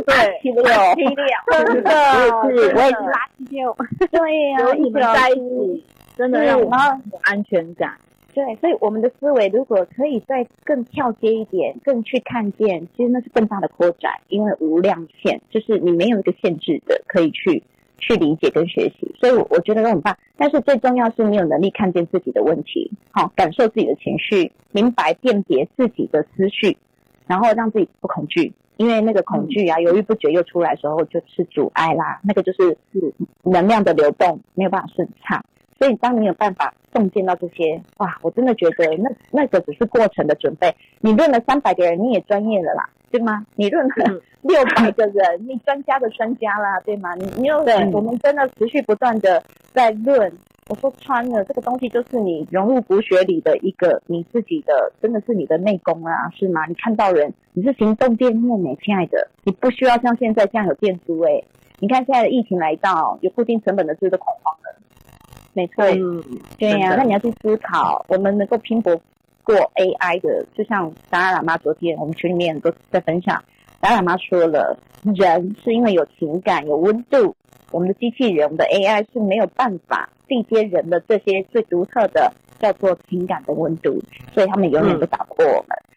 876，真的，我也是876，对呀，有你们在一起，真的让我们有安全感。对，所以我们的思维如果可以再更跳接一点，更去看见，其实那是更大的扩展，因为无量限，就是你没有一个限制的可以去理解跟学习，所以我觉得都很棒。但是最重要是你有能力看见自己的问题，感受自己的情绪，明白辨别自己的思绪，然后让自己不恐惧，因为那个恐惧啊，犹豫不决又出来的时候就是阻碍啦，那个就是能量的流动没有办法顺畅。所以当你有办法洞见到这些，哇，我真的觉得那个只是过程的准备。你论了300个人，你也专业了啦，对吗？你论了600个人，你专家的专家啦，对吗？你有我们真的持续不断的在论。我说穿了，这个东西就是你融入骨血里的一个你自己的，真的是你的内功啊，是吗？你看到人，你是行动电面亲爱的，你不需要像现在这样有店租你看现在的疫情来到，有固定成本的是都恐慌了。没错，对呀，那你要去思考，我们能够拼搏过 AI 的，就像达赖喇嘛昨天我们群里面都在分享，达赖喇嘛说了，人是因为有情感有温度，我们的机器人我们的 AI 是没有办法缔接人的这些最独特的叫做情感的温度，所以他们永远都打不过我们。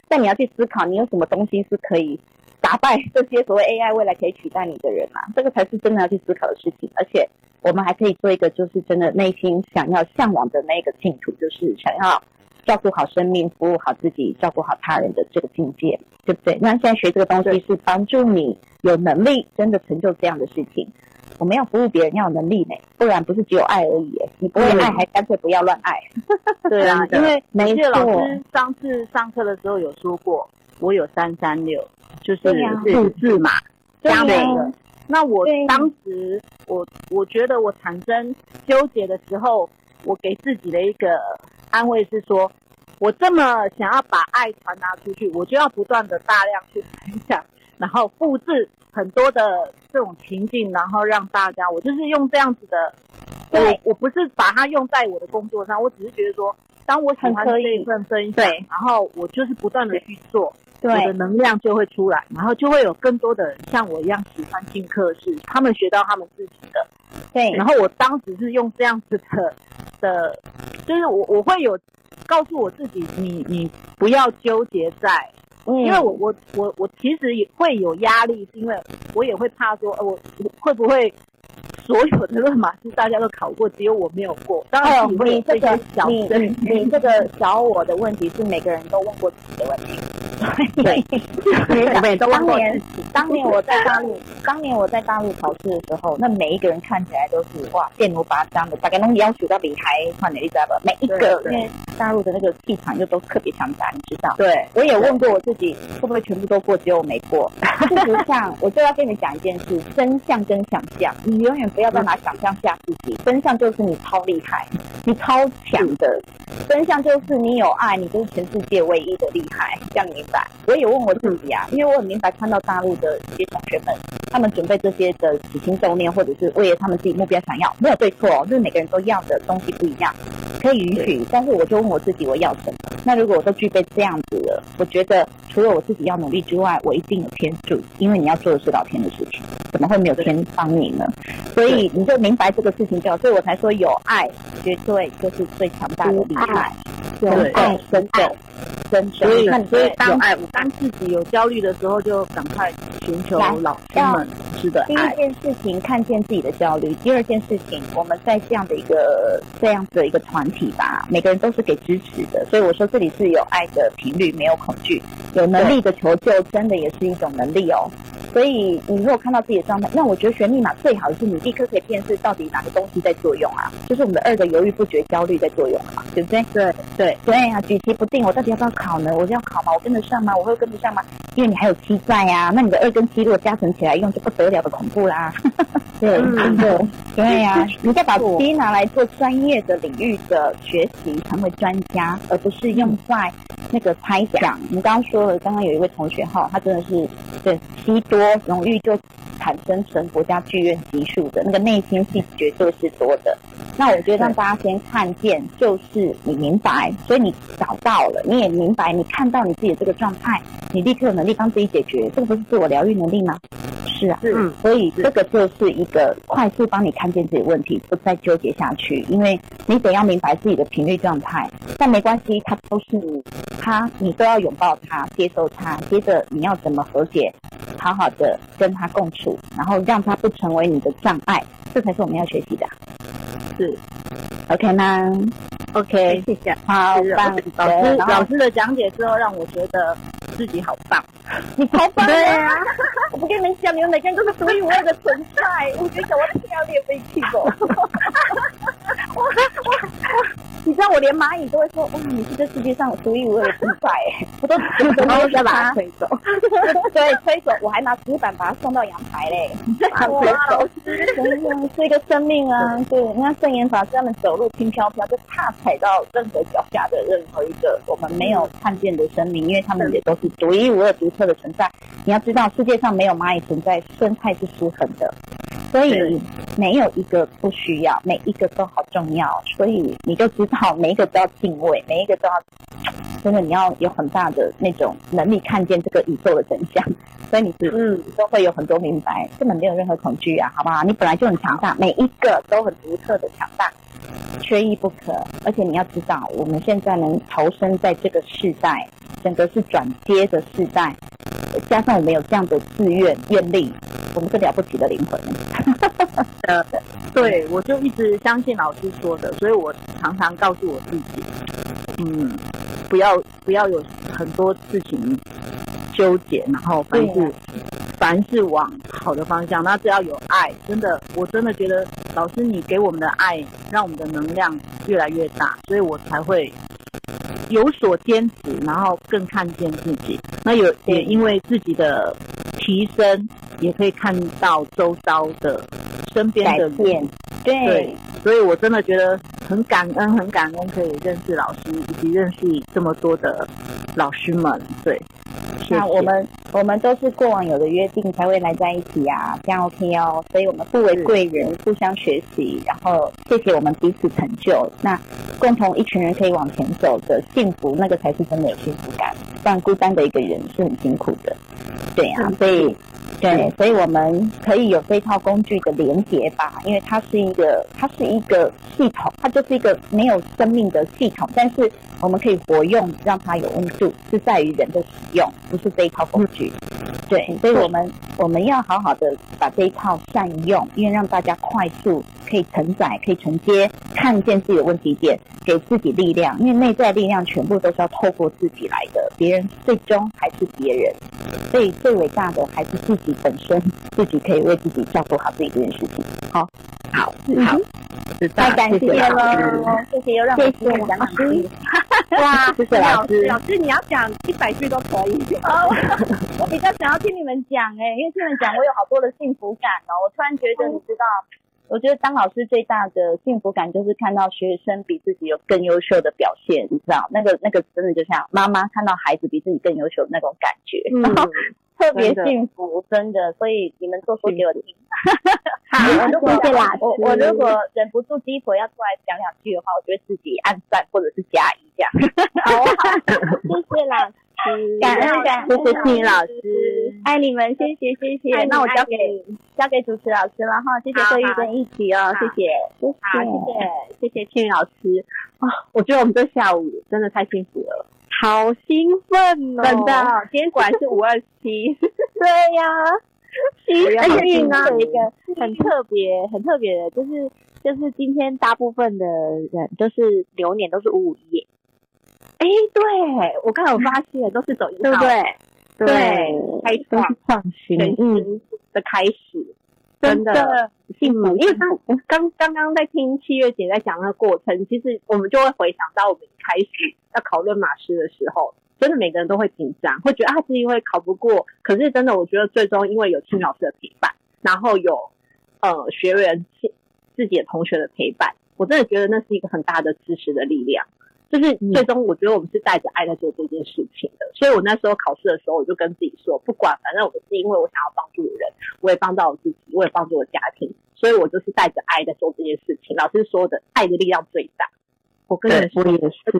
但你要去思考，你有什么东西是可以打败这些所谓 AI 未来可以取代你的人啊？这个才是真的要去思考的事情。而且我们还可以做一个，就是真的内心想要向往的那个净土，就是想要照顾好生命，服务好自己，照顾好他人的这个境界，对不对？那现在学这个东西是帮助你有能力真的成就这样的事情。我们要服务别人要有能力呢，不然不是只有爱而已。你不会爱，还干脆不要乱爱。 对啊，因为没错， 老师上次上课的时候有说过，我有336，就是数字嘛，加倍的。那我当时我觉得我产生纠结的时候，我给自己的一个安慰是说，我这么想要把爱传达出去，我就要不断的大量去分享，然后复制很多的这种情境，然后让大家，我就是用这样子的，我不是把它用在我的工作上，我只是觉得说，当我喜欢这一份分享，然后我就是不断的去做，我的能量就会出来，然后就会有更多的人像我一样喜欢进课室，他们学到他们自己的， 对， 然后我当时是用这样子的，就是我会有告诉我自己，你不要纠结在。因为我其实也会有压力，是因为我也会怕说，我会不会所有的论马师大家都考过，只有我没有过。当然你这个你这个小我的问题是每个人都问过自己的问题。对，我们也都问过。当年我在大陆考试的时候，那每一个人看起来都是哇电炉拔张的，大概能要求到比还快你知道吧？每一个因为大陆的那个气场又都特别强大，你知道？ 对， 我也问过我自己会不会全部都过，只有我没过。事实上，我就要跟你讲一件事：真相跟想象，你永远不要再拿想象吓自己。真相就是你超厉害，你超强的。真相就是你有爱，你就是全世界唯一的厉害，这样你明白？我也问我自己啊，因为我很明白看到大陆的一些同学们，他们准备这些的起心动念，或者是为了他们自己目标想要，没有对错，就是每个人都要的东西不一样，可以允许。但是我就问我自己我要什么？那如果我都具备这样子了，我觉得除了我自己要努力之外，我一定有天助，因为你要做的是老天的事情，怎么会没有天帮你呢？所以你就明白这个事情就好，所以我才说有爱绝对就是最强大的厉害，有爱真的。 所以当自己有焦虑的时候，就赶快寻求老师们是的爱。 第一件事情看见自己的焦虑，第二件事情我们在这样的一个团体吧，每个人都是给支持的，所以我说这里是有爱的频率，没有恐惧，有能力的求救真的也是一种能力哦。所以你如果看到自己的状态，那我觉得学密码最好的是你立刻可以辨识到底哪个东西在作用啊，就是我们的2个犹豫不决焦虑在作用嘛，对不对？对啊，举棋不定，我到底要不要考呢？我要考吗？我跟得上吗？我会跟不上吗？因为你还有7在啊，那你的2跟7如果加成起来用就不得了的恐怖啦。对啊，你再把7拿来做专业的领域的学习，成为专家，而不是用在那个猜想。你刚刚说了，刚刚有一位同学哈，他真的是对7多荣誉就产生成国家剧院级数的那个内心戏绝对是多的。那我觉得让大家先看见，就是你明白，所以你找到了，你也明白，你看到你自己的这个状态，你立刻有能力帮自己解决，这个不是自我疗愈能力吗？是啊，所以这个就是一个快速帮你看见自己的问题，不再纠结下去，因为你得要明白自己的频率状态，但没关系，它都是你都要拥抱它，接受它，接着你要怎么和解，好好的跟它共处，然后让它不成为你的障碍，这才是我们要学习的。 是 OK 吗 ？OK， 谢谢。 好棒！ 老师的讲解之后，让我觉得自己好棒。 你超棒！ 对啊， 我不跟你们讲，你们每个人都是独一无二的存在。我觉得我的心要裂飞气走。你知道我连蚂蚁都会说，哇，你是这世界上独一无二的存在哎！我都要把它推走，对，推走，我还拿纸板把它送到阳台嘞， 哇，老师， 是一个生命啊！对，你看圣严法师他们走路轻飘飘，就怕踩到任何脚下的任何一个我们没有看见的生命，因为他们也都是独一无二、独特的存在。你要知道，世界上没有蚂蚁存在，生态是失衡的。所以没有一个不需要，每一个都好重要，所以你就知道每一个都要敬畏，每一个都要真的你要有很大的那种能力看见这个宇宙的真相，所以你都会有很多明白，根本没有任何恐惧啊，好不好？你本来就很强大，每一个都很独特的强大，缺一不可。而且你要知道，我们现在能投身在这个世代， 整个是转接的世代，加上我们有这样的自愿力，我们是了不起的灵魂。 对，我就一直相信老师说的，所以我常常告诉我自己，不要有很多事情纠结，然后凡事往好的方向，那只要有爱，我真的觉得老师你给我们的爱，让我们的能量越来越大，所以我才会有所坚持，然后更看见自己。那也因为自己的提升，也可以看到周遭的身边的人，对，所以我真的觉得很感恩可以认识老师，以及认识这么多的老师们，对。 那我们都是过往有的约定才会来在一起啊，这样 OK 哦。所以我们互为贵人，互相学习，然后谢谢我们彼此成就。那共同一群人可以往前走的幸福，那个才是真的有幸福感。不然孤单的一个人是很辛苦的。对啊，所以我们可以有这一套工具的连结吧，因为它是一个系统，它就是一个没有生命的系统，但是我们可以活用，让它有温度，是在于人的使用，不是这一套工具。对，所以我们要好好的把这一套善用，因为让大家快速可以承载，可以承接，看见自己的问题点，给自己力量，因为内在力量全部都是要透过自己来的，别人最终还是别人，所以最伟大的还是自己本身，自己可以为自己照顾好自己这件事情。好，太感谢了，谢谢又让我听讲老师。哇，谢谢老师。 老师你要讲100句都可以。 我比较想要听你们讲因为听你们讲我有好多的幸福感我突然觉得你知道，我觉得当老师最大的幸福感就是看到学生比自己有更优秀的表现，你知道那个真的就像妈妈看到孩子比自己更优秀的那种感觉，然后特别幸福，真的。所以你们多说给我听。我如果忍不住鸡婆要出来讲2句的话，我就会自己按赞或者是加1这样。好，谢谢老师，感恩，谢谢青老师，爱你们，谢谢。那我交给主持老师了哈，谢谢各位跟一起哦，谢谢， 谢谢青老师我觉得我们这下午真的太幸福了，好兴奋真的，今天果然是527。 对呀。 而且今天有一个很特别的，就是今天大部分的人都是流年都是551。 对，我刚才有发现都是走1号，对不对？对，开创全新的开始，真的幸福。因为刚刚在听7月姐在讲那个过程，其实我们就会回想到我们一开始要考论马师的时候，真的每个人都会紧张，会觉得自己会考不过。可是真的，我觉得最终因为有青老师的陪伴，然后有学员自己的同学的陪伴，我真的觉得那是一个很大的支持的力量。就是最终我觉得我们是带着爱在做这件事情的，所以我那时候考试的时候，我就跟自己说，不管反正我是因为我想要帮助人，我也帮到我自己，我也帮助我家庭，所以我就是带着爱在做这件事情。老师说的，爱的力量最大。我跟你说，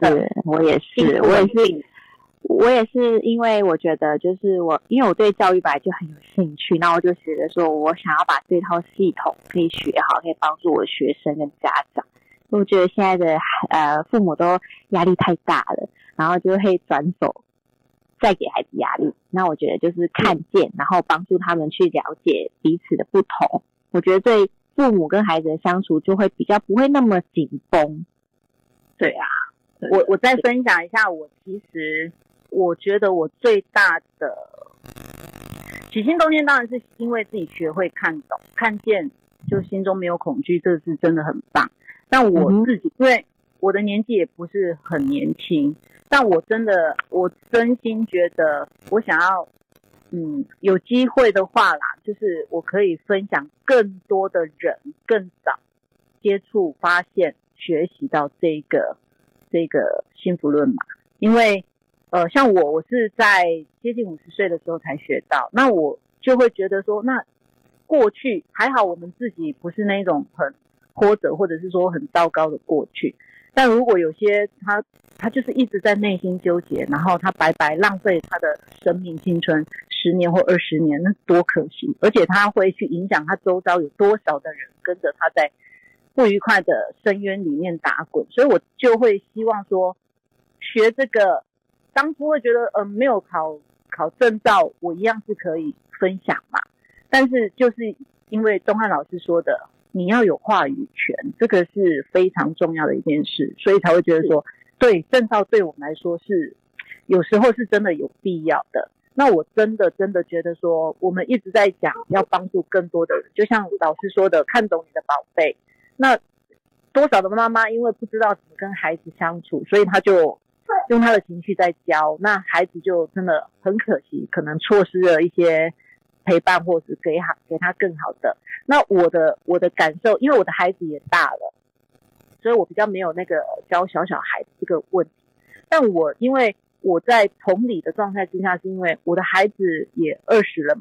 我也是，因为我觉得就是因为我对教育本来就很有兴趣，那我就觉得说我想要把这套系统可以学好，可以帮助我的学生跟家长。我觉得现在的父母都压力太大了，然后就会转手再给孩子压力。那我觉得就是看见，然后帮助他们去了解彼此的不同。我觉得对父母跟孩子的相处就会比较不会那么紧绷。 对啊，我再分享一下，其实我觉得我最大的起心动念当然是因为自己学会看懂看见，就心中没有恐惧，这是真的很棒。但我自己因为我的年纪也不是很年轻，但我真心觉得我想要有机会的话啦，就是我可以分享更多的人更早接触发现学习到这个幸福论码。因为像我是在接近50岁的时候才学到，那我就会觉得说，那过去还好我们自己不是那种很波折或者是说很糟糕的过去，但如果有些他就是一直在内心纠结，然后他白白浪费他的生命青春10年或20年，那多可惜。而且他会去影响他周遭有多少的人跟着他在不愉快的深渊里面打滚。所以我就会希望说，学这个当初会觉得没有考证照，我一样是可以分享嘛。但是就是因为东汉老师说的，你要有话语权，这个是非常重要的一件事，所以才会觉得说，对，证照对我们来说是有时候是真的有必要的。那我真的觉得说，我们一直在讲要帮助更多的人，就像老师说的，看懂你的宝贝。那多少的妈妈因为不知道怎么跟孩子相处，所以他就用他的情绪在教，那孩子就真的很可惜，可能错失了一些陪伴，或是给他更好的。那我的感受，因为我的孩子也大了，所以我比较没有那个教小孩子这个问题。但因为我在同理的状态之下，是因为我的孩子也20了嘛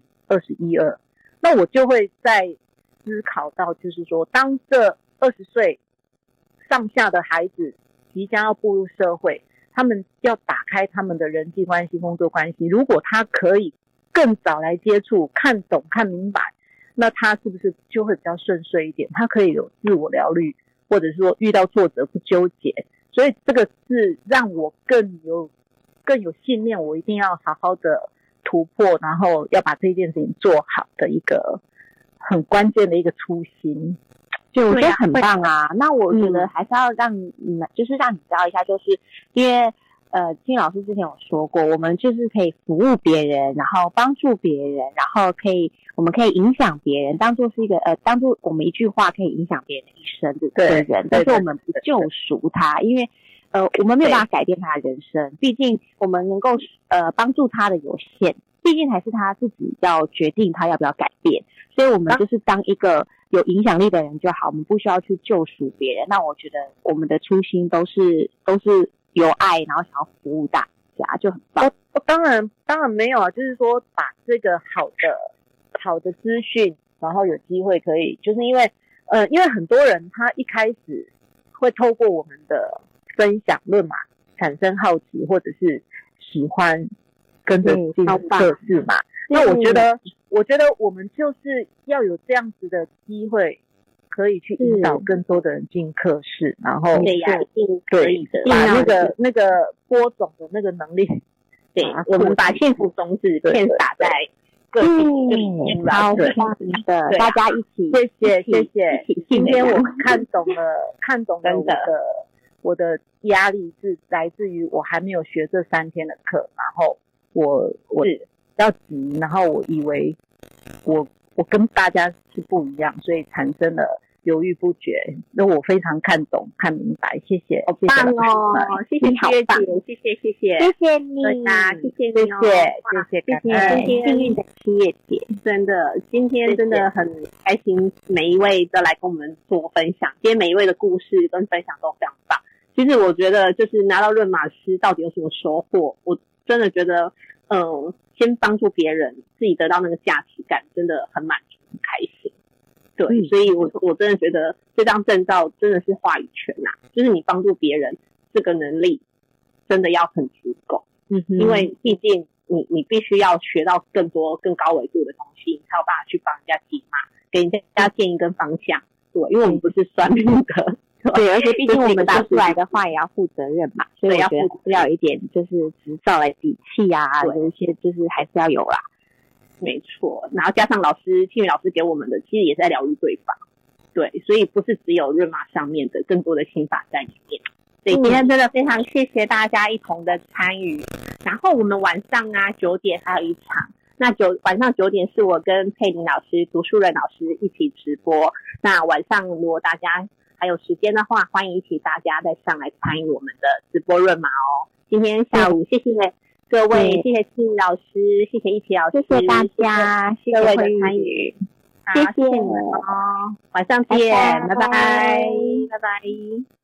，21。那我就会在思考到，就是说，当这20岁上下的孩子即将要步入社会，他们要打开他们的人际关系、工作关系，如果他可以更早来接触、看懂、看明白，那他是不是就会比较顺遂一点？他可以有自我疗愈，或者是说遇到挫折不纠结。所以这个是让我更有信念，我一定要好好的突破，然后要把这件事情做好的一个很关键的一个初心。 就我觉得很棒啊。那我觉得还是要让你们，就是让你知道一下，就是因为金老师之前有说过，我们就是可以服务别人，然后帮助别人，然后我们可以影响别人，当做是一个当做我们一句话可以影响别人的一生的人，但是我们不救赎他，因为我们没有办法改变他的人生，毕竟我们能够帮助他的有限，毕竟还是他自己要决定他要不要改变，所以我们就是当一个有影响力的人就好，我们不需要去救赎别人。那我觉得我们的初心都是有爱，然后想要服务大家，就很棒。 当然没有啊，就是说把这个好的资讯，然后有机会可以，就是因为很多人他一开始会透过我们的分享论嘛，产生好奇或者是喜欢跟着进行测试嘛。那我觉得我们就是要有这样子的机会，可以去引导更多的人进课室，然后对呀，一定可以的， 把那个播种的那个能力， 对，我们把幸福种子遍撒在各地里面， 好棒的，大家一起， 谢谢。今天我看懂了我的压力是来自于我还没有学这3天的课，然后我要急，然后我以为我跟大家是不一样，所以产生了犹豫不决。那我非常看懂看明白，谢谢， 好棒哦，谢谢学姐，谢谢你， 谢谢你哦， 谢谢幸运的七叶姐，真的今天真的很开心，每一位都来跟我们做分享，今天每一位的故事跟分享都非常棒。其实我觉得就是拿到润马师到底有什么收获，我真的觉得先帮助别人，自己得到那个价值感，真的很满足很开心。对，所以我真的觉得这张证照真的是话语权啊，就是你帮助别人这个能力真的要很足够。因为毕竟你必须要学到更多更高维度的东西，你才有办法去帮人家解码，给人家建议跟方向。对，因为我们不是算命的。 对，而且毕竟我们打出来的话也要负责任嘛，所以我觉得要有一点就是执照来底气啊，有一些就是还是要有啦。 没错，然后加上庆宇老师给我们的，其实也是在疗愈对方。对，所以不是只有润马上面的更多的心法在里面。所以今天真的非常谢谢大家一同的参与。然后我们晚上9点还有一场，那晚上9点是我跟佩玲老师、读书人老师一起直播。那晚上如果大家还有时间的话，欢迎一起大家再上来参与我们的直播润马哦。今天下午谢谢各位，谢谢庆宇老师，谢谢一起老师， 谢谢大家， 谢谢各位的参与，谢谢你们哦。晚上见，拜拜，拜拜。